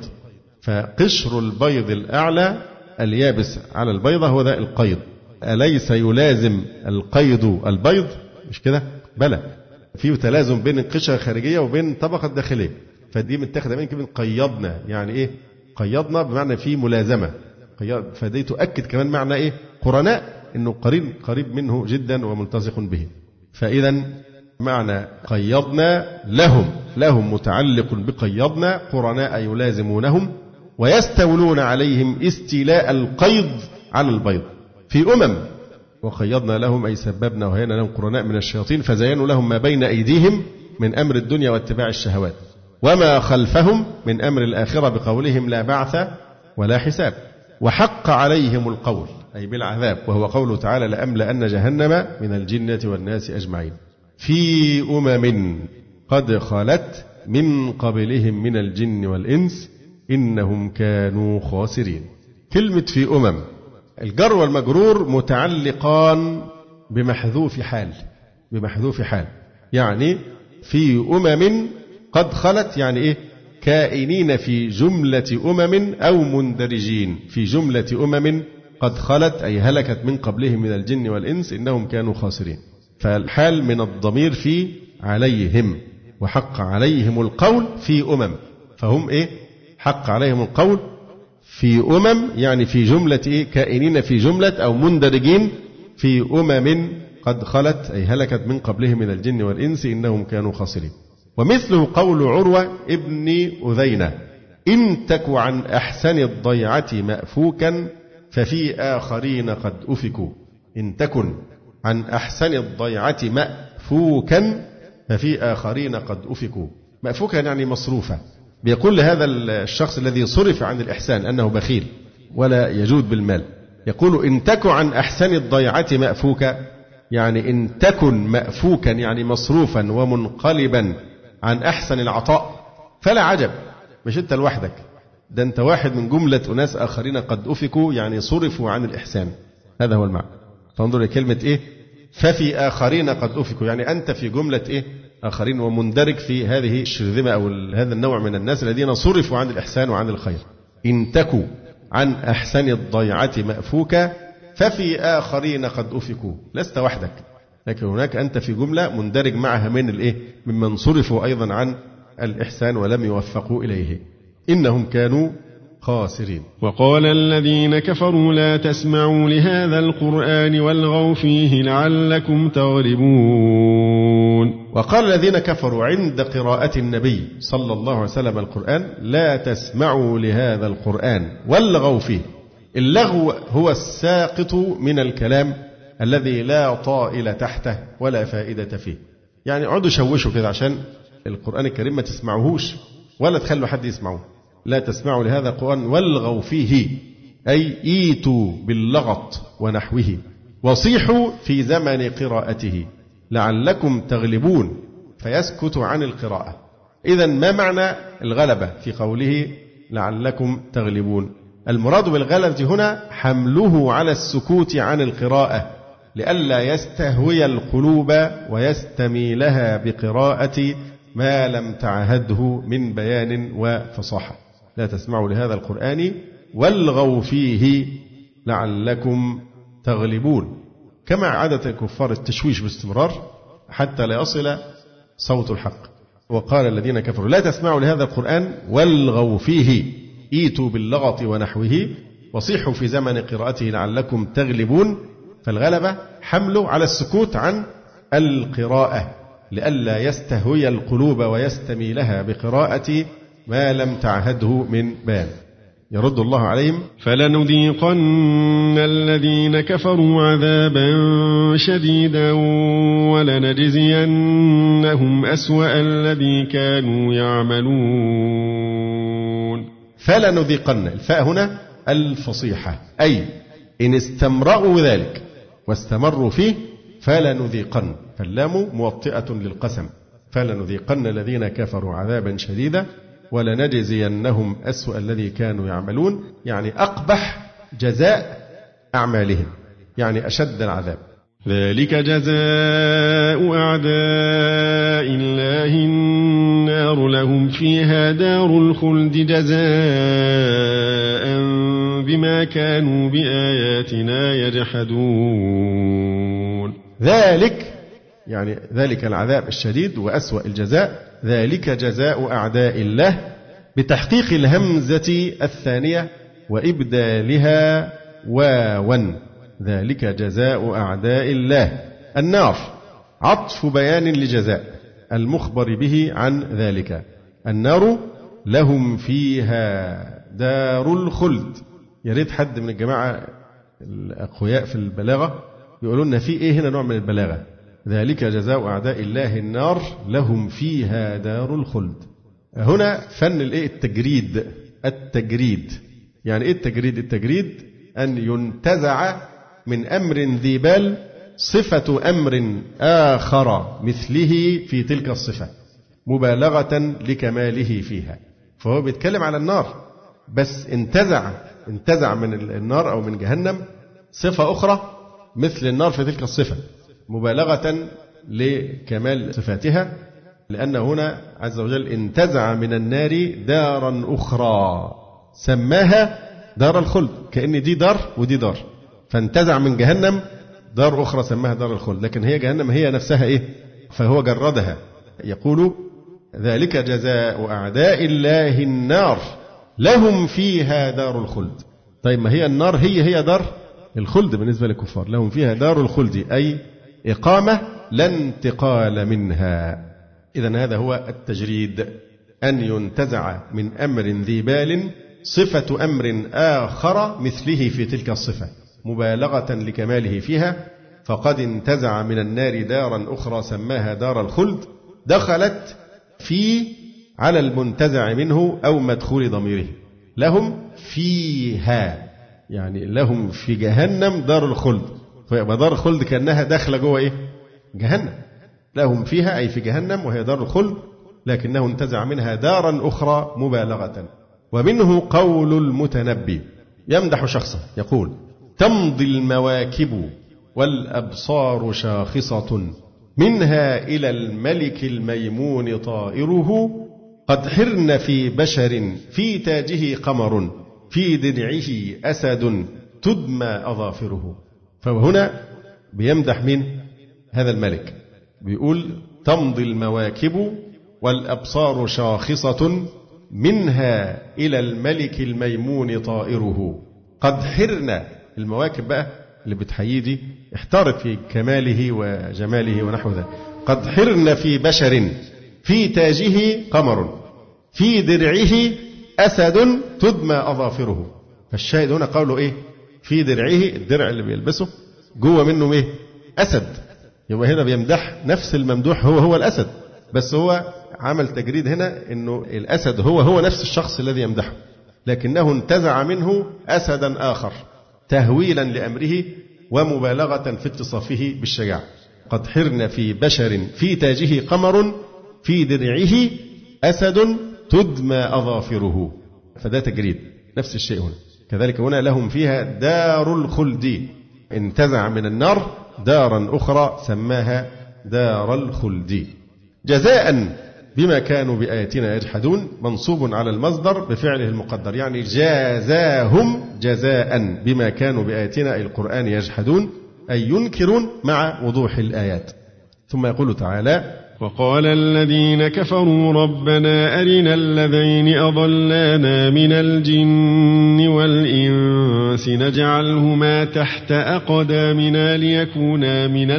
فقشر البيض الأعلى اليابس على البيضة هو ده القيض. أليس يلازم القيض البيض؟ مش كده؟ بلى، فيه تلازم بين القشرة الخارجية وبين الطبقة الداخلية. فدي متاخدة من كلمة قيضنا. يعني إيه؟ قيضنا بمعنى فيه ملازمة. فدي تؤكد كمان معنى إيه؟ قرناء، إنه قريب منه جدا وملتصق به. فإذا معنى قيضنا لهم متعلق بقيضنا، قرناء يلازمونهم ويستولون عليهم استيلاء القيض على البيض. في وقيضنا لهم أي سببنا وهينا لهم قرناء من الشياطين فزينوا لهم ما بين أيديهم من أمر الدنيا واتباع الشهوات، وما خلفهم من أمر الآخرة بقولهم لا بعث ولا حساب. وحق عليهم القول أي بالعذاب، وهو قوله تعالى: لأملأن جهنم من الجنة والناس أجمعين. في قد خلت من قبلهم من الجن والإنس إنهم كانوا خاسرين. كلمة في الجر والمجرور متعلقان بمحذوف حال. يعني في قد خلت يعني كائنين في جملة أو مندرجين في جملة قد خلت أي هلكت من قبلهم من الجن والإنس إنهم كانوا خاسرين. فالحال من الضمير في عليهم، وحق عليهم القول في فهم حق عليهم القول في يعني في جملة كائنين في جملة أو مندرجين في قد خلت أي هلكت من قبلهم من الجن والإنس إنهم كانوا خاسرين. ومثله قول عروة ابن أذينة: إن تك عن أحسن الضيعة مأفوكا ففي آخرين قد أفكوا. إن تكن عن أحسن الضيعة مأفوكا ففي آخرين قد أفكوا. مأفوكا يعني مصروفة. بيقول لهذا الشخص الذي صرف عن الإحسان أنه بخيل ولا يجود بالمال، يقول: إن تك عن أحسن الضيعة مأفوكا، يعني إن تكن مأفوكا يعني مصروفا ومنقلبا عن أحسن العطاء فلا عجب، مش أنت لوحدك، ده أنت واحد من جملة أناس آخرين قد أفكوا يعني صرفوا عن الإحسان. هذا هو المعنى. فانظر لكلمة إيه؟ ففي آخرين قد أفكوا، يعني أنت في جملة إيه؟ آخرين، ومندرج في هذه الشرذمة أو هذا النوع من الناس الذين صرفوا عن الإحسان وعن الخير. إن تكوا عن أحسن الضيعة مأفوكا ففي آخرين قد أفكوا، لست وحدك، لكن هناك أنت في جملة مندرج معها من الإيه؟ ممن صرفوا أيضا عن الإحسان ولم يوفقوا إليه، إنهم كانوا خاسرين. وقال الذين كفروا لا تسمعوا لهذا القرآن والغوا فيه لعلكم تغلبون. وقال الذين كفروا عند قراءة النبي صلى الله عليه وسلم القرآن لا تسمعوا لهذا القرآن والغوا فيه. اللغو هو الساقط من الكلام الذي لا طائل تحته ولا فائدة فيه، يعني اقعدوا شوشوا كده عشان القرآن الكريم ما تسمعوهوش ولا تخلوا حد يسمعوه. لا تسمعوا لهذا القرآن والغوا فيه، أي ايتوا باللغط ونحوه، وصيحوا في زمن قراءته لعلكم تغلبون، فيسكت عن القراءة. إذن ما معنى الغلبة في قوله لعلكم تغلبون؟ المراد بالغلبة هنا حمله على السكوت عن القراءة لئلا يستهوي القلوب ويستميلها بقراءة ما لم تعهده من بيان وفصاحة. لا تسمعوا لهذا القرآن والغوا فيه لعلكم تغلبون، كما عادة الكفار التشويش باستمرار حتى لا يصل صوت الحق. وقال الذين كفروا لا تسمعوا لهذا القرآن والغوا فيه، ايتوا باللغط ونحوه، وصيحوا في زمن قراءته لعلكم تغلبون. فالغلبة حمله على السكوت عن القراءة لئلا يستهوي القلوب ويستميلها بقراءة ما لم تعهده من بيان. يرد الله عليهم فلنذيقن الذين كفروا عذابا شديدا ولنجزينهم أسوأ الذي كانوا يعملون. فلنذيقن، الفاء هنا الفصيحة، أي إن استمرأوا ذلك واستمروا فيه فلنذيقن، فاللام موطئة للقسم. فلنذيقن الذين كفروا عذابا شديدا ولنجزينهم أسوأ الذي كانوا يعملون، يعني أقبح جزاء أعمالهم، يعني أشد العذاب. ذلك جزاء أعداء الله النار لهم فيها دار الخلد جزاء بما كانوا بآياتنا يجحدون. ذلك يعني ذلك العذاب الشديد وأسوأ الجزاء، ذلك جزاء أعداء الله بتحقيق الهمزة الثانية وإبدالها واوا، ذلك جزاء أعداء الله. النار عطف بيان لجزاء المخبر به عن ذلك. النار لهم فيها دار الخلد. يا ريت حد من الجماعة الأقوياء في البلاغة يقولون لنا في إيه هنا نوع من البلاغة. ذلك جزاء أعداء الله النار لهم فيها دار الخلد. هنا فن التجريد. التجريد يعني إيه التجريد؟ التجريد أن ينتزع من أمر ذي بال صفة أمر آخر مثله في تلك الصفة مبالغة لكماله فيها. فهو بيتكلم على النار، بس انتزع من النار أو من جهنم صفة أخرى مثل النار في تلك الصفة مبالغة لكمال صفاتها، لأن هنا عز وجل انتزع من النار دارا أخرى سماها دار الخلد، كأن دي دار ودي دار، فانتزع من جهنم دار أخرى سماها دار الخلد، لكن هي جهنم هي نفسها إيه؟ فهو جردها. يقول ذلك جزاء أعداء الله النار لهم فيها دار الخلد. طيب ما هي النار هي دار الخلد بالنسبة للكفار، لهم فيها دار الخلد أي إقامة لا انتقال منها. إذن هذا هو التجريد، أن ينتزع من أمر ذي بال صفة أمر آخر مثله في تلك الصفة مبالغة لكماله فيها، فقد انتزع من النار دارا أخرى سماها دار الخلد، دخلت في على المنتزع منه أو مدخول ضميره. لهم فيها يعني لهم في جهنم دار الخلد، فيبقى دار الخلد كأنها داخلة جوه إيه؟ جهنم. لهم فيها أي في جهنم وهي دار الخلد، لكنه انتزع منها دارا أخرى مبالغة. ومنه قول المتنبي يمدح شخصا يقول تمضي المواكب والأبصار شاخصة منها إلى الملك الميمون طائره قد حرن في بشر في تاجه قمر في درعه أسد تدمى أظافره. فهنا بيمدح من هذا الملك، بيقول تمضي المواكب والأبصار شاخصة منها إلى الملك الميمون طائره. قد حرن المواكب بقى اللي بتحييه دي احتارت في كماله وجماله ونحو ذلك. قد حرن في بشر في تاجه قمر في درعه أسد تدمى أظافره. فالشاهد هنا قوله إيه؟ في درعه، الدرع اللي بيلبسه جوه منه إيه؟ أسد. يبقى هنا بيمدح نفس الممدوح هو الأسد، بس هو عمل تجريد هنا إنه الأسد هو نفس الشخص الذي يمدحه، لكنه انتزع منه أسدا آخر تهويلا لأمره ومبالغة في اتصافه بالشجاعة. قد حرن في بشر في تاجه قمر في درعه أسد تدمى أظافره. فده تجريد، نفس الشيء هنا. كذلك هنا لهم فيها دار الخلد، انتزع من النار دارا أخرى سماها دار الخلد. جزاء بما كانوا بآياتنا يجحدون منصوب على المصدر بفعله المقدر، يعني جازاهم جزاء بما كانوا بآياتنا أي القرآن يجحدون أي ينكرون مع وضوح الآيات. ثم يقول تعالى وقال الذين كفروا ربنا أرنا الذين أضلانا من الجن والإنس نجعلهما تحت أقدامنا ليكونا من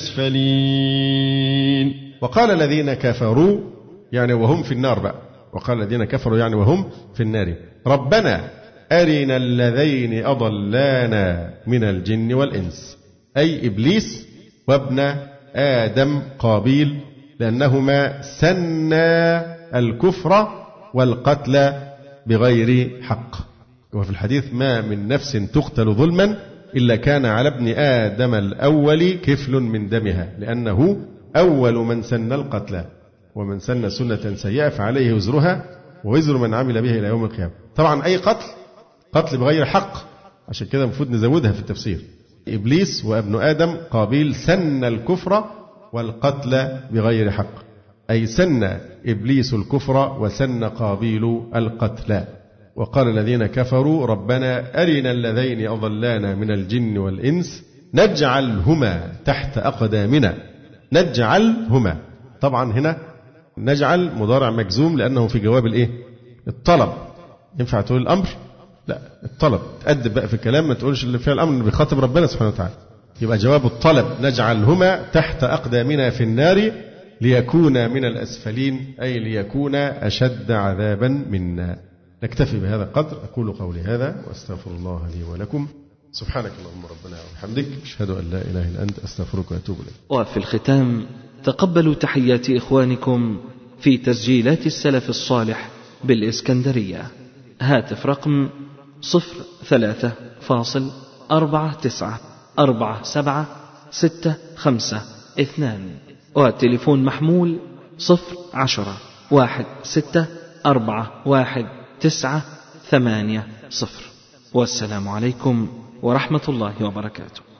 الأسفلين. وقال الذين كفروا يعني وهم في النار بقى، وقال الذين كفروا يعني وهم في النار ربنا أرنا الذين أضلانا من الجن والإنس، أي إبليس وابن آدم قابيل، لأنهما سنا الكفر والقتل بغير حق. وفي الحديث ما من نفس تقتل ظلما إلا كان على ابن آدم الأول كفل من دمها، لأنه أول من سن القتل، ومن سن سنة سيئة فعليه وزرها ووزر من عمل به إلى يوم القيامة. طبعا أي قتل بغير حق، عشان كده المفروض نزودها في التفسير. إبليس وابن آدم قابيل سن الكفر والقتل بغير حق، أي سن إبليس الكفر وسن قابيل القتل. وقال الذين كفروا ربنا أرنا الذين أضلانا من الجن والإنس نجعلهما تحت أقدامنا. نجعلهما، طبعا هنا نجعل مضارع مجزوم لأنه في جواب الإيه؟ الطلب. ينفع تقول الأمر؟ لا، الطلب. تأدب بقى في الكلام، ما تقولش اللي فيها الأمر اللي بيخاطب ربنا سبحانه وتعالى. يبقى جواب الطلب نجعلهما تحت أقدامنا في النار ليكونا من الأسفلين، أي ليكونا أشد عذابا منا. نكتفي بهذا القدر. أقول قولي هذا وأستغفر الله لي ولكم. سبحانك اللهم ربنا وبحمدك أشهد أن لا إله إلا أنت أستغفرك وأتوب إليك. وفي الختام تقبلوا تحيات إخوانكم في تسجيلات السلف الصالح بالإسكندرية. هاتف رقم 03-494765، والتليفون محمول 010-16-41-980. والسلام عليكم ورحمة الله وبركاته.